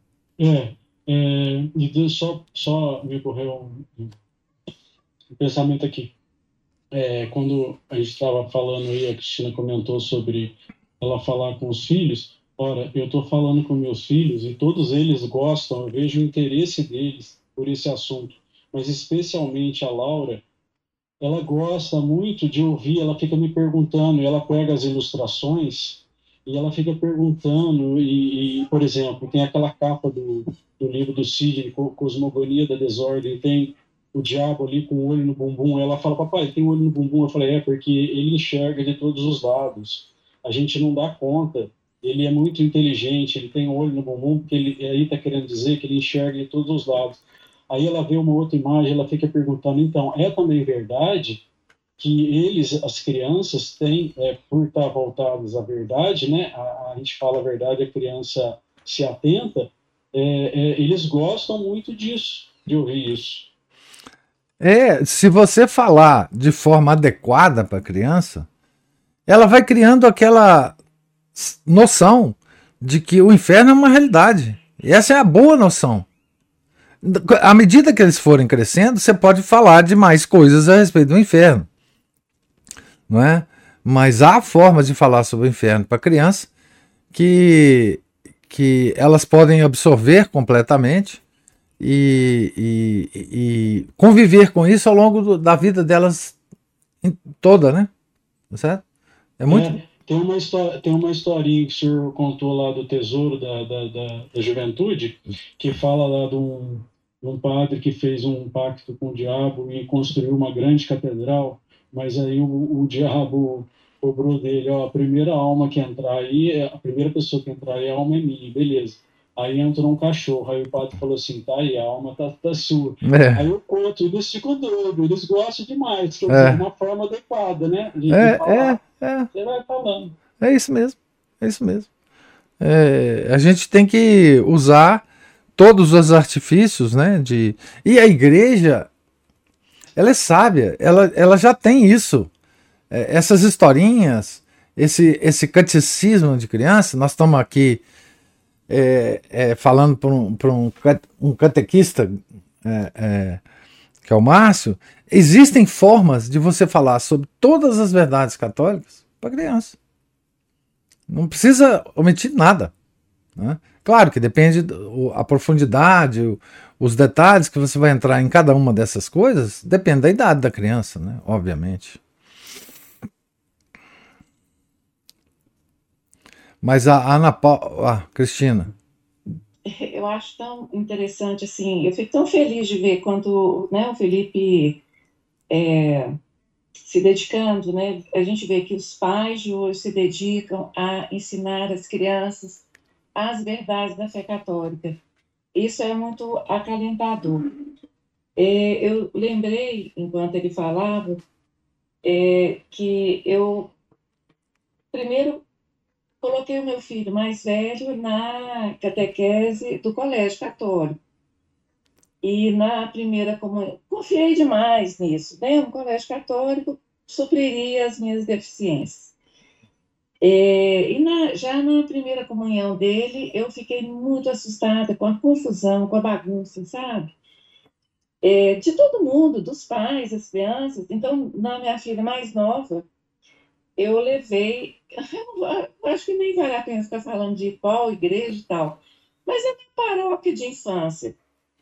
E só me ocorreu um pensamento aqui. Quando a gente estava falando aí, a Cristina comentou sobre ela falar com os filhos. Ora, eu estou falando com meus filhos e todos eles gostam, eu vejo o interesse deles por esse assunto, mas especialmente a Laura, ela gosta muito de ouvir, ela fica me perguntando, e ela pega as ilustrações e ela fica perguntando, por exemplo, tem aquela capa do livro do Sidney, Cosmogonia da Desordem, tem o diabo ali com o olho no bumbum, ela fala, papai, tem o olho no bumbum? Eu falei, porque ele enxerga de todos os lados, a gente não dá conta, ele é muito inteligente, ele tem o olho no bumbum, porque ele aí está querendo dizer que ele enxerga de todos os lados. Aí ela vê uma outra imagem, ela fica perguntando, então, é também verdade que eles, as crianças, têm, por estar voltados à verdade, né? A gente fala a verdade, a criança se atenta, eles gostam muito disso, de ouvir isso. Se você falar de forma adequada para a criança, ela vai criando aquela noção de que o inferno é uma realidade. E essa é a boa noção. À medida que eles forem crescendo, você pode falar de mais coisas a respeito do inferno, não é? Mas há formas de falar sobre o inferno para criança que elas podem absorver completamente e conviver com isso ao longo da vida delas toda, né? Certo? É muito. Tem uma historinha que o senhor contou lá do Tesouro da Juventude, que fala lá de um padre que fez um pacto com o diabo e construiu uma grande catedral, mas aí o diabo cobrou dele, a primeira alma que entrar aí, a primeira pessoa que entrar aí, a alma é minha, beleza. Aí entrou um cachorro, aí o padre falou assim, tá aí, a alma tá sua. Aí eu conto, eles ficam doidos, eles gostam demais, quer dizer, uma forma adequada, né, de falar. Você vai falando. É isso mesmo, é isso mesmo. A gente tem que usar todos os artifícios, né? E a igreja, ela é sábia, ela já tem isso. Essas historinhas, esse catecismo de criança, nós estamos aqui falando para um catequista, que é o Márcio. Existem formas de você falar sobre todas as verdades católicas para criança. Não precisa omitir nada. Né? Claro que depende a profundidade, os detalhes que você vai entrar em cada uma dessas coisas, depende da idade da criança, né? Obviamente. Mas a Ana Paula, Cristina. Eu acho tão interessante, assim, eu fico tão feliz de ver quando, né, o Felipe se dedicando, né? A gente vê que os pais de hoje se dedicam a ensinar as crianças as verdades da fé católica. Isso é muito acalentador. Eu lembrei, enquanto ele falava, que eu primeiro coloquei o meu filho mais velho na catequese do colégio católico. E na primeira comunhão, confiei demais nisso, né? Um colégio católico supriria as minhas deficiências. Já na primeira comunhão dele, eu fiquei muito assustada com a confusão, com a bagunça, sabe? De todo mundo, dos pais, das crianças. Então, na minha filha mais nova, eu levei... Eu acho que nem vale a pena ficar falando de qual igreja e tal, mas é uma paróquia de infância.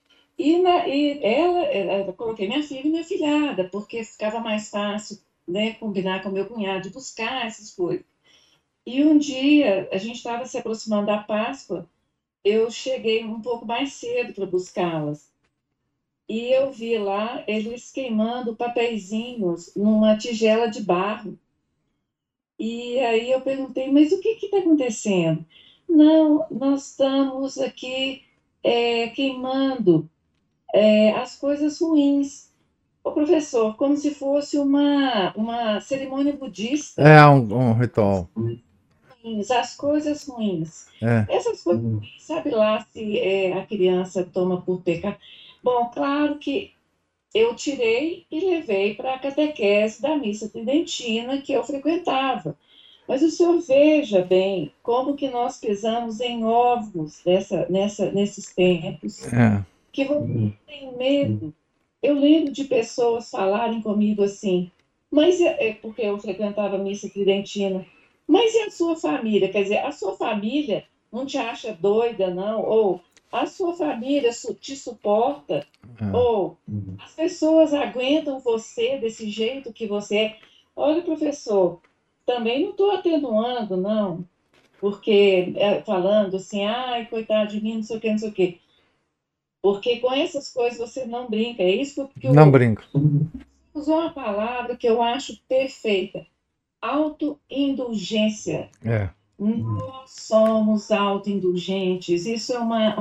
Eu coloquei minha filha e minha filhada, porque ficava mais fácil, né, combinar com meu cunhado, de buscar essas coisas. E um dia, a gente estava se aproximando da Páscoa, eu cheguei um pouco mais cedo para buscá-las. e eu vi lá eles queimando papeizinhos numa tigela de barro. E aí eu perguntei, mas o que está acontecendo? Não, nós estamos aqui queimando as coisas ruins. Ô, professor, como se fosse uma cerimônia budista. É um ritual. As coisas ruins. É. Essas coisas ruins, sabe lá se a criança toma por pecado. Bom, claro que eu tirei e levei para a catequese da missa tridentina que eu frequentava. Mas o senhor veja bem como que nós pisamos em ovos nesses tempos, É. que você tem medo. Eu lembro de pessoas falarem comigo assim, mas é porque eu frequentava a missa tridentina, mas e a sua família? Quer dizer, a sua família não te acha doida, não? Ou a sua família te suporta? Ou as pessoas aguentam você desse jeito que você é? Olha, professor, também não estou atenuando, não, porque falando assim, ai, coitado de mim, não sei o quê, não sei o quê. Porque com essas coisas você não brinca. É isso que Não eu brinco. usou uma palavra que eu acho perfeita: autoindulgência. É. Nós somos autoindulgentes. Isso é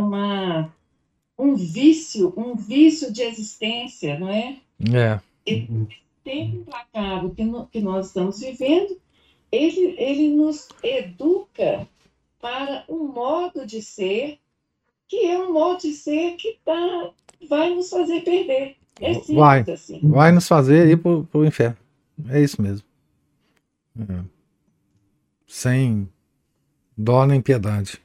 um vício de existência, não é? É. E o tempo implacável que nós estamos vivendo, ele nos educa para um modo de ser que é um modo de ser que vai nos fazer perder. É Vai. simples assim. Vai nos fazer ir pro inferno. É isso mesmo. É. Sem dó nem piedade.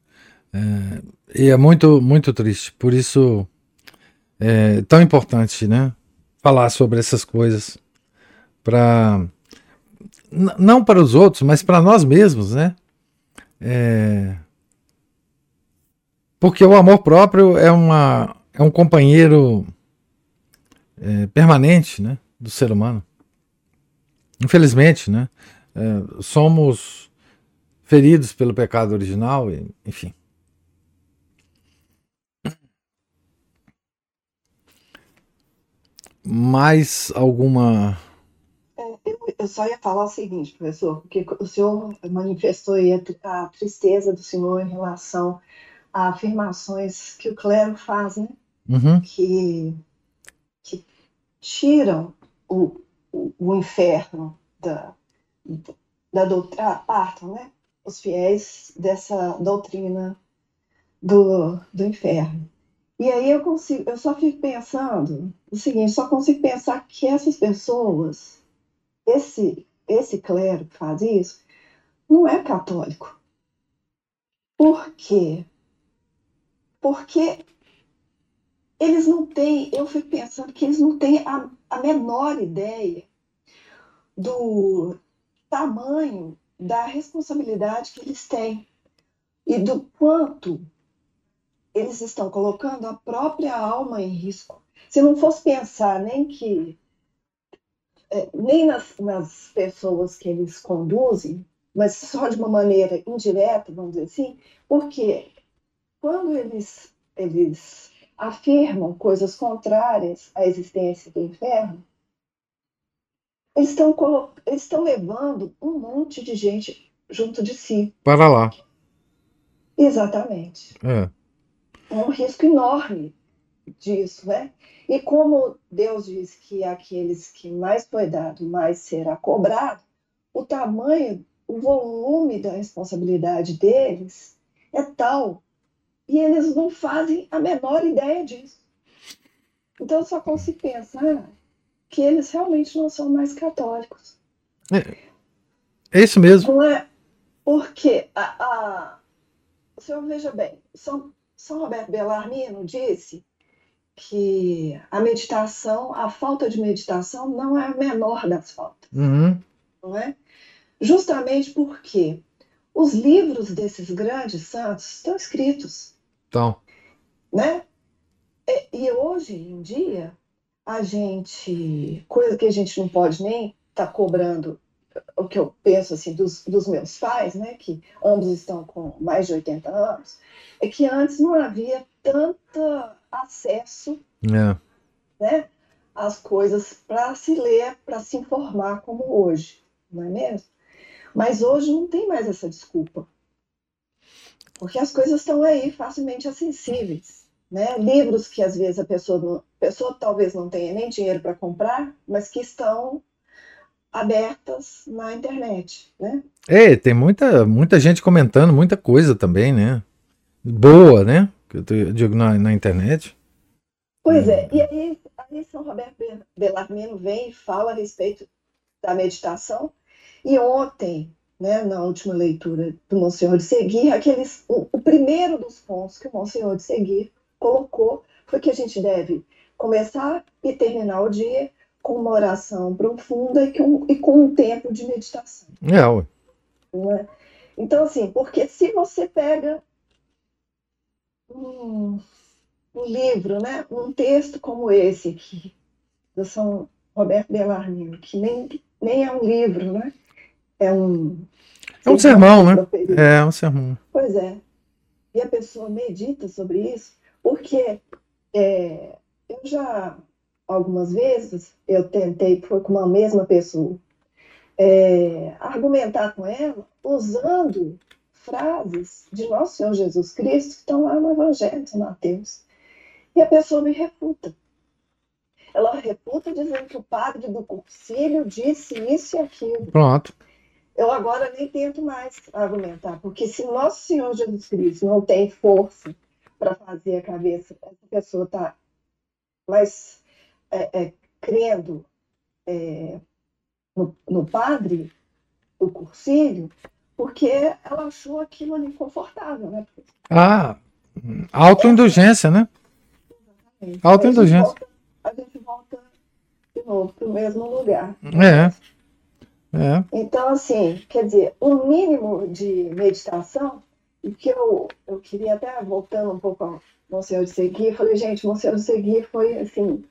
E é muito, muito triste. Por isso é tão importante, né? Falar sobre essas coisas. Para não para os outros, mas para nós mesmos, né? Porque o amor próprio é um companheiro permanente, né, do ser humano. Infelizmente, né, somos feridos pelo pecado original, enfim. Mais alguma... Eu só ia falar o seguinte, professor, porque o senhor manifestou aí a tristeza do senhor em relação a afirmações que o clero faz, né? Uhum. Que tiram o inferno da doutrina, apartam, né? Os fiéis dessa doutrina do inferno. E aí eu só fico pensando o seguinte, só consigo pensar que essas pessoas, esse clero que faz isso, não é católico. Por quê? Porque eles não têm, eu fico pensando que eles não têm a menor ideia do tamanho da responsabilidade que eles têm e do quanto eles estão colocando a própria alma em risco. Se não fosse pensar nem nas pessoas que eles conduzem, mas só de uma maneira indireta, vamos dizer assim, porque quando eles afirmam coisas contrárias à existência do inferno, eles estão levando um monte de gente junto de si. Para lá. Exatamente. É um risco enorme disso, né? E como Deus diz que aqueles que mais foi dado, mais será cobrado, o tamanho, o volume da responsabilidade deles é tal, e eles não fazem a menor ideia disso. Então eu só consigo pensar que eles realmente não são mais católicos. É isso mesmo. Não é? Porque o senhor veja bem, São Roberto Bellarmino disse que a meditação, a falta de meditação não é a menor das faltas. Uhum. Não é? Justamente porque os livros desses grandes santos estão escritos. Então. Né? E hoje em dia, coisa que a gente não pode nem estar cobrando, o que eu penso assim dos meus pais, né, que ambos estão com mais de 80 anos, é que antes não havia tanto acesso É. né? As coisas para se ler, para se informar como hoje, não é mesmo? Mas hoje não tem mais essa desculpa, porque as coisas estão aí facilmente acessíveis, né? Livros que às vezes a pessoa talvez não tenha nem dinheiro para comprar, mas que estão abertas na internet, né? Tem muita gente comentando muita coisa também, né? Boa, né? Que eu digo na internet. Pois é, e aí São Roberto Bellarmino vem e fala a respeito da meditação. E ontem, né, na última leitura do Monsenhor de Seguir, o primeiro dos pontos que o Monsenhor de Seguir colocou foi que a gente deve começar e terminar o dia com uma oração profunda e com um tempo de meditação. Ué. Né? Então, assim, porque se você pega um livro, né, um texto como esse aqui, do São Roberto Bellarmino, que nem é um livro, né? É um sermão, né? proferido. É um sermão. Pois é. E a pessoa medita sobre isso, porque eu já, algumas vezes, eu tentei, foi com uma mesma pessoa, argumentar com ela usando frases de Nosso Senhor Jesus Cristo que estão lá no Evangelho de Mateus. E a pessoa me refuta. Ela refuta dizendo que o padre do concílio disse isso e aquilo. Pronto. Eu agora nem tento mais argumentar, porque se Nosso Senhor Jesus Cristo não tem força para fazer a cabeça, essa pessoa está mais crendo no padre do cursilho, porque ela achou aquilo ali confortável, né? Autoindulgência, né? Autoindulgência. A gente volta de novo para o mesmo lugar. Então, assim, quer dizer, um mínimo de meditação, e que eu queria até, voltando um pouco ao Monsenhor de Seguir, eu falei, gente, Monsenhor de Seguir foi, assim,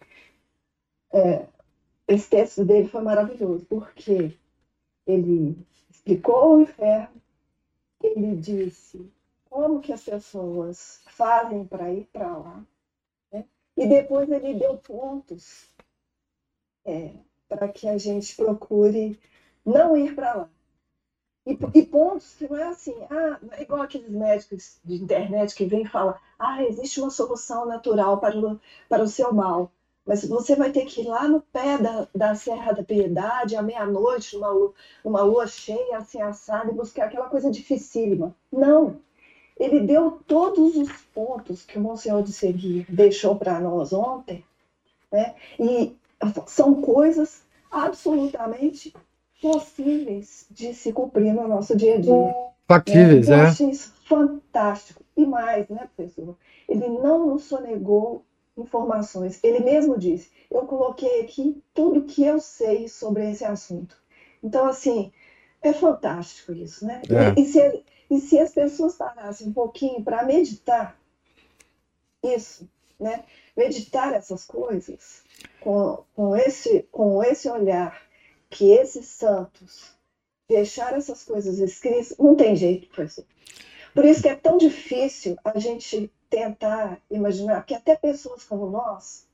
esse texto dele foi maravilhoso, porque ele explicou o inferno, ele disse como que as pessoas fazem para ir para lá, né? E depois ele deu pontos para que a gente procure não ir para lá. E pontos que não é assim, não é igual aqueles médicos de internet que vêm e falam, existe uma solução natural para o seu mal, mas você vai ter que ir lá no pé da Serra da Piedade, à meia-noite, numa lua cheia, assim, assada, e buscar aquela coisa dificílima. Não! Ele deu todos os pontos que o Monsenhor de Seguir deixou para nós ontem, né? E são coisas absolutamente possíveis de se cumprir no nosso dia a dia. Factíveis, Eu achei isso fantástico. E mais, né, professor? Ele não nos sonegou informações. Ele mesmo disse, eu coloquei aqui tudo que eu sei sobre esse assunto. Então, assim, é fantástico isso, né? E se as pessoas parassem um pouquinho para meditar isso, né? Meditar essas coisas com esse olhar que esses santos deixaram essas coisas escritas, não tem jeito, professor. Por isso que é tão difícil a gente tentar imaginar que até pessoas como nós,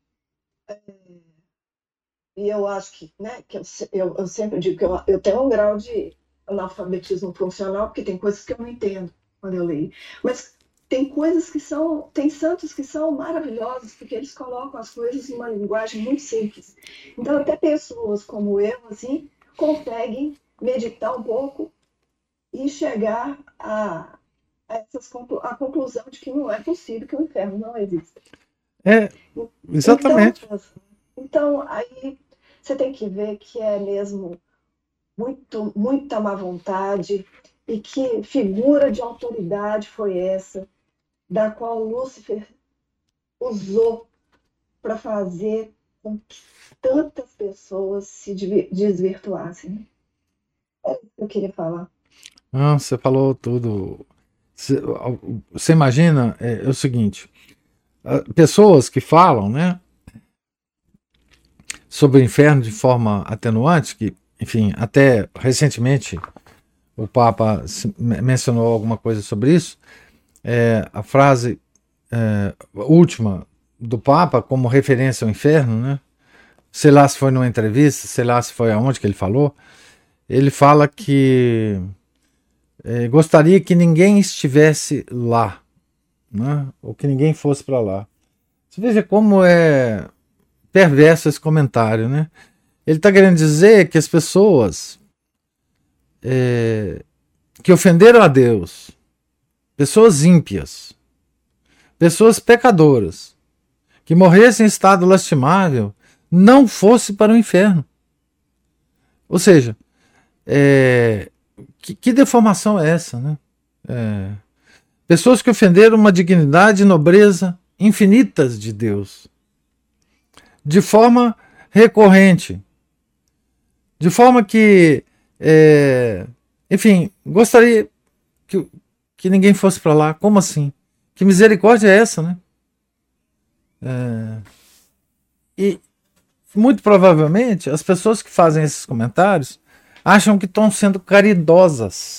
e eu acho que, né, que eu sempre digo que eu tenho um grau de analfabetismo funcional, porque tem coisas que eu não entendo quando eu leio, mas tem santos que são maravilhosos, porque eles colocam as coisas numa linguagem muito simples. Então, até pessoas como eu, assim, conseguem meditar um pouco e chegar a conclusão de que não é possível que o inferno não exista. Exatamente. Então, aí você tem que ver que é mesmo muita má vontade, e que figura de autoridade foi essa, da qual Lúcifer usou para fazer com que tantas pessoas se desvirtuassem. É isso que eu queria falar. Você falou tudo. Você imagina, é o seguinte, pessoas que falam, né, sobre o inferno de forma atenuante, que, enfim, até recentemente o Papa mencionou alguma coisa sobre isso, a frase última do Papa como referência ao inferno, né? Sei lá se foi numa entrevista, sei lá se foi aonde que ele falou. Ele fala que gostaria que ninguém estivesse lá, né? Ou que ninguém fosse para lá. Você veja como é perverso esse comentário, né? Ele está querendo dizer que as pessoas que ofenderam a Deus, pessoas ímpias, pessoas pecadoras, que morressem em estado lastimável, não fosse para o inferno. Ou seja, que deformação é essa, né? Pessoas que ofenderam uma dignidade e nobreza infinitas de Deus, de forma recorrente, de forma que, enfim, gostaria que ninguém fosse para lá. Como assim? Que misericórdia é essa, né? E muito provavelmente as pessoas que fazem esses comentários acham que estão sendo caridosas,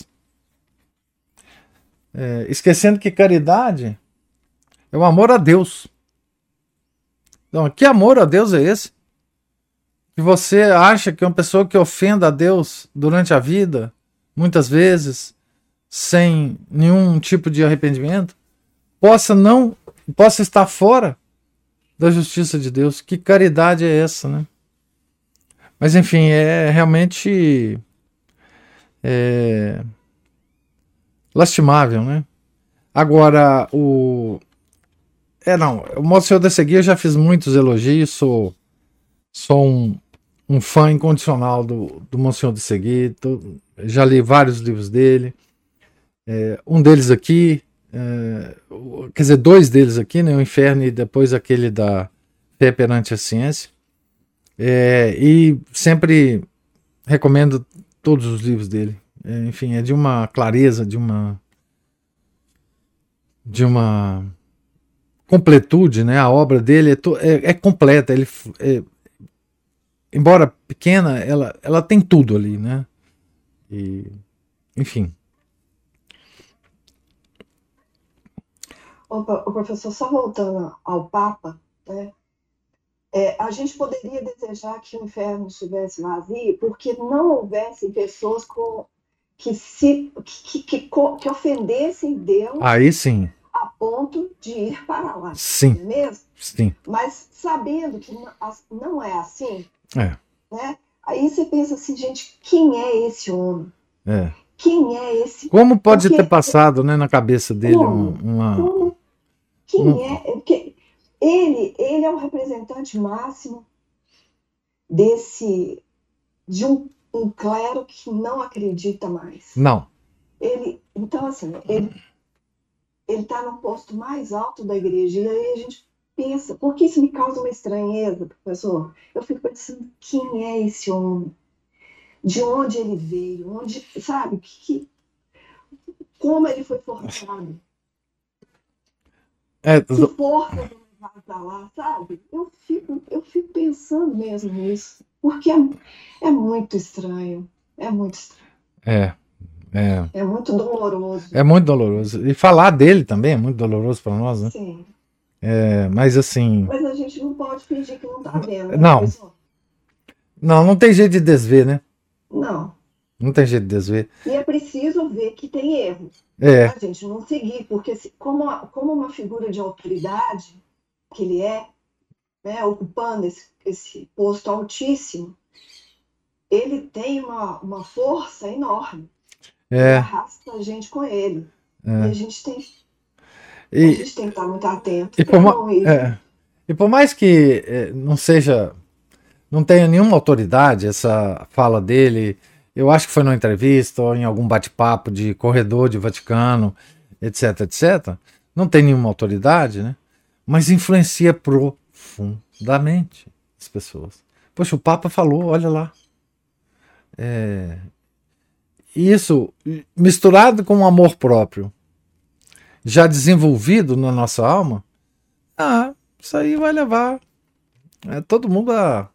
esquecendo que caridade é o amor a Deus. Então, que amor a Deus é esse? Que você acha que uma pessoa que ofenda a Deus durante a vida, muitas vezes, sem nenhum tipo de arrependimento, possa estar fora da justiça de Deus? Que caridade é essa, né? Mas enfim, é realmente lastimável, né? Agora, o Monsenhor de Seguir, eu já fiz muitos elogios, sou um fã incondicional do Monsenhor de Seguir, já li vários livros dele, um deles aqui, quer dizer, dois deles aqui, né, o Inferno e depois aquele da Fé Perante a Ciência, e sempre recomendo todos os livros dele. Enfim, é de uma clareza, de uma completude, né? A obra dele é completa. Ele, embora pequena, ela tem tudo ali, né? E, enfim. O professor, só voltando ao Papa, né? A gente poderia desejar que o inferno estivesse vazio porque não houvessem pessoas que ofendessem Deus. Aí sim. A ponto de ir para lá. Sim. Não é mesmo? Sim. Mas sabendo que não é assim, né? Aí você pensa assim, gente, quem é esse homem? Quem é esse? Como pode ter passado, né, na cabeça dele Quem é? Porque ele é o representante máximo de um clero que não acredita mais. Não. Então, assim, ele está no posto mais alto da igreja, e aí a gente pensa, porque isso me causa uma estranheza, professor? Eu fico pensando, quem é esse homem? De onde ele veio? Sabe? Como ele foi formado? Que força vai levar para lá, sabe? Eu fico pensando mesmo nisso, porque é muito estranho. É muito estranho. É muito doloroso. É muito doloroso. E falar dele também é muito doloroso para nós, né? Sim. Mas assim. Mas a gente não pode fingir que não está vendo. Né, não. professor? Não tem jeito de desver, né? Não. Não tem jeito de desver. E é preciso ver que tem erro. A gente não seguir, porque como uma figura de autoridade que ele né, ocupando esse posto altíssimo, ele tem uma força enorme. Ele arrasta a gente com ele. E a gente tem que estar muito atento. E por mais que não tenha nenhuma autoridade essa fala dele, eu acho que foi numa entrevista ou em algum bate-papo de corredor de Vaticano, etc, etc, não tem nenhuma autoridade, né? Mas influencia profundamente as pessoas. Poxa, o Papa falou, olha lá. Isso, misturado com um amor próprio, já desenvolvido na nossa alma, isso aí vai levar todo mundo a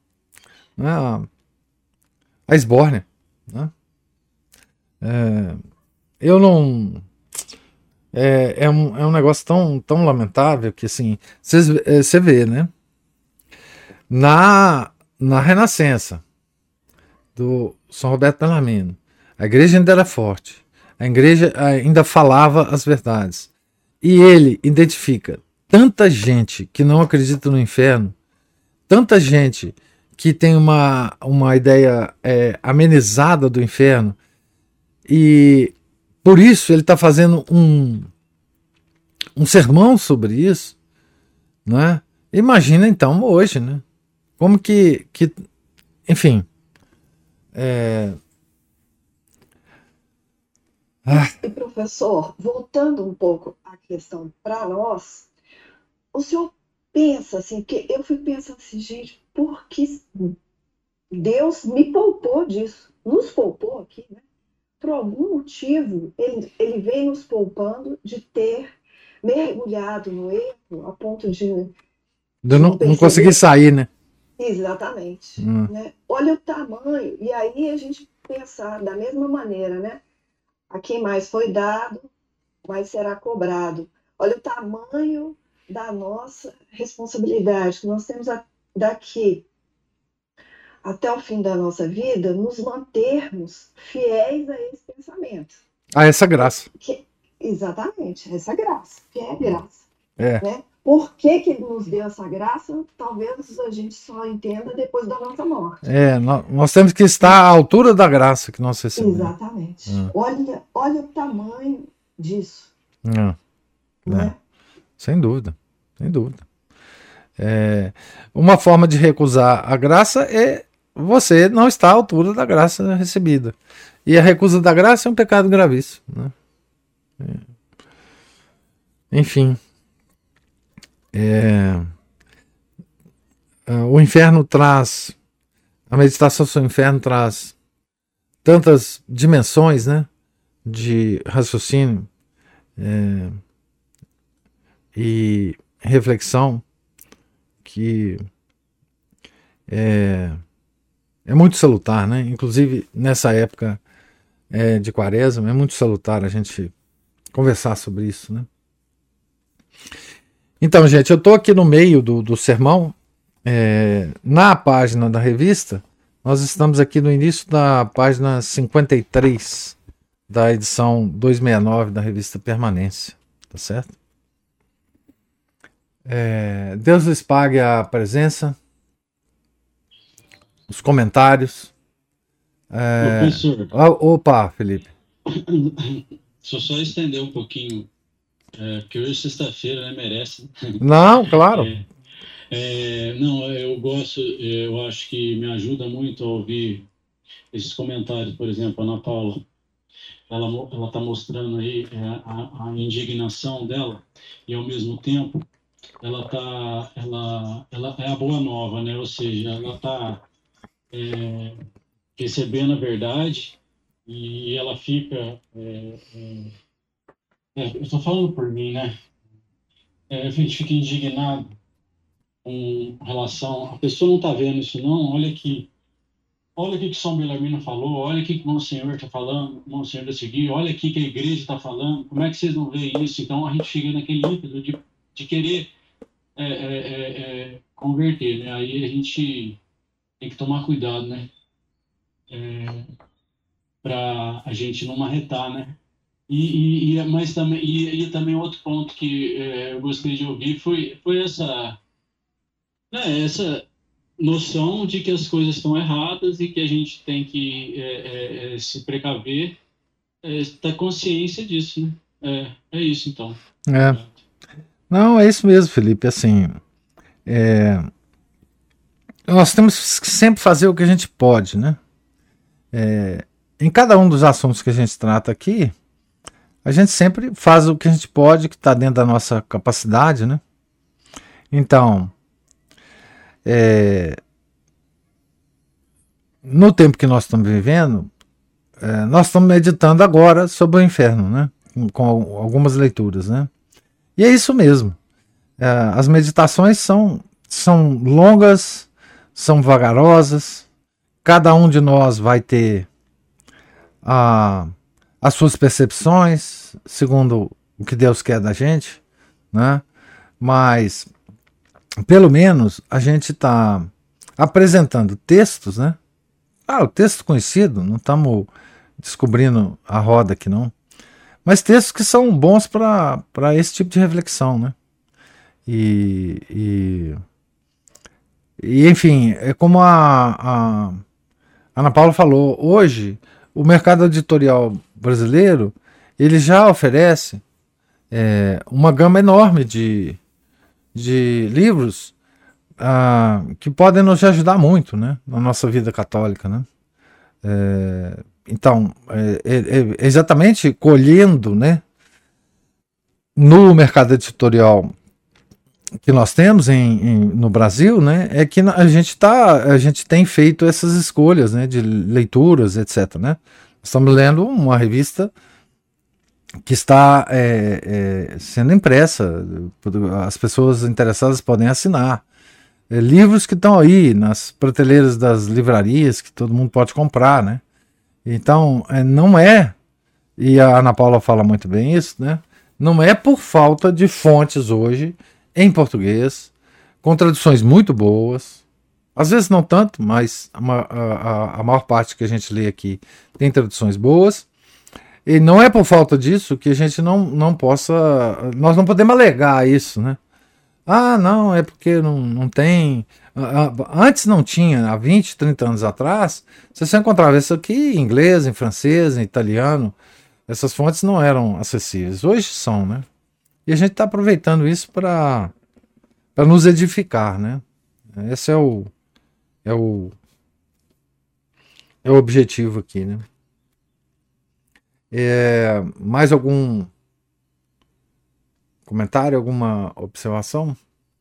esbórnia, né? Eu não É um negócio tão lamentável que, assim, você vê, né? Na Renascença, do São Roberto Bellarmino, a igreja ainda era forte, a igreja ainda falava as verdades. E ele identifica tanta gente que não acredita no inferno, tanta gente que tem uma ideia amenizada do inferno, e por isso ele está fazendo um sermão sobre isso, né? Imagina então hoje, né? Como que enfim. E professor, voltando um pouco à questão para nós, o senhor pensa assim, que eu fui pensando assim, gente, por que Deus me poupou disso? Nos poupou aqui, né? Por algum motivo, ele vem nos poupando de ter mergulhado no erro a ponto de não Não consegui perceber. sair, né? Exatamente. Né? Olha o tamanho. E aí a gente pensar da mesma maneira, né? A quem mais foi dado, mais será cobrado. Olha o tamanho da nossa responsabilidade que nós temos daqui até o fim da nossa vida, nos mantermos fiéis a esse pensamento. A essa graça. Exatamente, essa graça, que é graça. É. Né? Por que ele nos deu essa graça? Talvez a gente só entenda depois da nossa morte. Nós temos que estar à altura da graça que nós recebemos. Exatamente. Olha o tamanho disso. Né? Sem dúvida, sem dúvida. Uma forma de recusar a graça é você não estar à altura da graça recebida. E a recusa da graça é um pecado gravíssimo. Né? Enfim. O inferno traz. A meditação sobre o inferno traz tantas dimensões, né, de raciocínio e reflexão que é muito salutar, né? Inclusive nessa época de Quaresma é muito salutar a gente conversar sobre isso, né? Então, gente, eu estou aqui no meio do sermão, na página da revista. Nós estamos aqui no início da página 53 da edição 269 da revista Permanência, tá certo? Deus lhes pague a presença, os comentários. Professor. Opa, Felipe. Deixa eu só estender um pouquinho, porque hoje é sexta-feira, né? Merece. Não, claro. Não, eu acho que me ajuda muito a ouvir esses comentários. Por exemplo, a Ana Paula, ela está mostrando aí a indignação dela, e ao mesmo tempo ela é a boa nova, né? Ou seja, ela está recebendo a verdade, e ela fica eu estou falando por mim, né? A gente fica indignado com relação. A pessoa não está vendo isso, não. Olha aqui o que São Bellarmino falou, olha o que Monsenhor está falando, Monsenhor da Seguir, olha aqui que a igreja está falando, como é que vocês não veem isso? Então a gente chega naquele ímpeto de querer converter, né? Aí a gente tem que tomar cuidado, né? Para a gente não marretar, né? Mas também outro ponto que eu gostaria de ouvir foi essa noção de que as coisas estão erradas e que a gente tem que se precaver, ter consciência disso, né? É isso, então. Não, é isso mesmo, Felipe. Assim, nós temos que sempre fazer o que a gente pode, né? Em cada um dos assuntos que a gente trata aqui, a gente sempre faz o que a gente pode, que está dentro da nossa capacidade, né? Então, no tempo que nós estamos vivendo, nós estamos meditando agora sobre o inferno, né? Com algumas leituras, né? E é isso mesmo. As meditações são longas, são vagarosas. Cada um de nós vai ter as suas percepções, segundo o que Deus quer da gente, né? Mas pelo menos a gente está apresentando textos, né? O texto conhecido, não estamos descobrindo a roda aqui não, mas textos que são bons para esse tipo de reflexão, né? E enfim, é como a Ana Paula falou, hoje o mercado editorial brasileiro ele já oferece uma gama enorme de livros que podem nos ajudar muito, né, na nossa vida católica, né? Então, exatamente colhendo, né, no mercado editorial que nós temos no Brasil, né, é que a gente tem feito essas escolhas, né, de leituras, etc. Né? Estamos lendo uma revista que está sendo impressa, as pessoas interessadas podem assinar. Livros que estão aí nas prateleiras das livrarias, que todo mundo pode comprar, né? Então, não é, e a Ana Paula fala muito bem isso, né? Não é por falta de fontes hoje em português, com traduções muito boas, às vezes não tanto, mas a maior parte que a gente lê aqui tem traduções boas, e não é por falta disso que a gente não possa, nós não podemos alegar isso, né? Não, é porque não tem. Antes não tinha, há 20, 30 anos atrás, você só encontrava isso aqui em inglês, em francês, em italiano. Essas fontes não eram acessíveis. Hoje são, né? E a gente está aproveitando isso para nos edificar, né? Esse é o objetivo aqui, né? Mais algum comentário, alguma observação?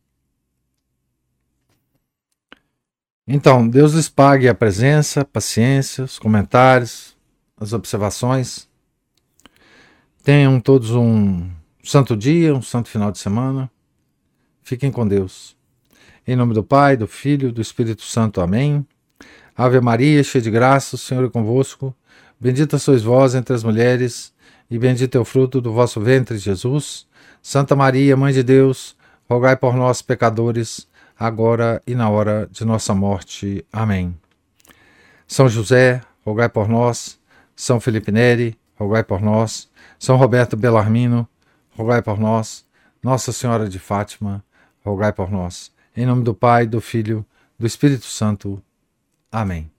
Então, Deus lhes pague a presença, a paciência, os comentários, as observações. Tenham todos um santo dia, um santo final de semana. Fiquem com Deus. Em nome do Pai, do Filho e do Espírito Santo. Amém. Ave Maria, cheia de graça, o Senhor é convosco. Bendita sois vós entre as mulheres, e bendito é o fruto do vosso ventre, Jesus. Santa Maria, Mãe de Deus, rogai por nós, pecadores, agora e na hora de nossa morte. Amém. São José, rogai por nós. São Felipe Neri, rogai por nós. São Roberto Bellarmino, rogai por nós. Nossa Senhora de Fátima, rogai por nós. Em nome do Pai, do Filho, do Espírito Santo. Amém.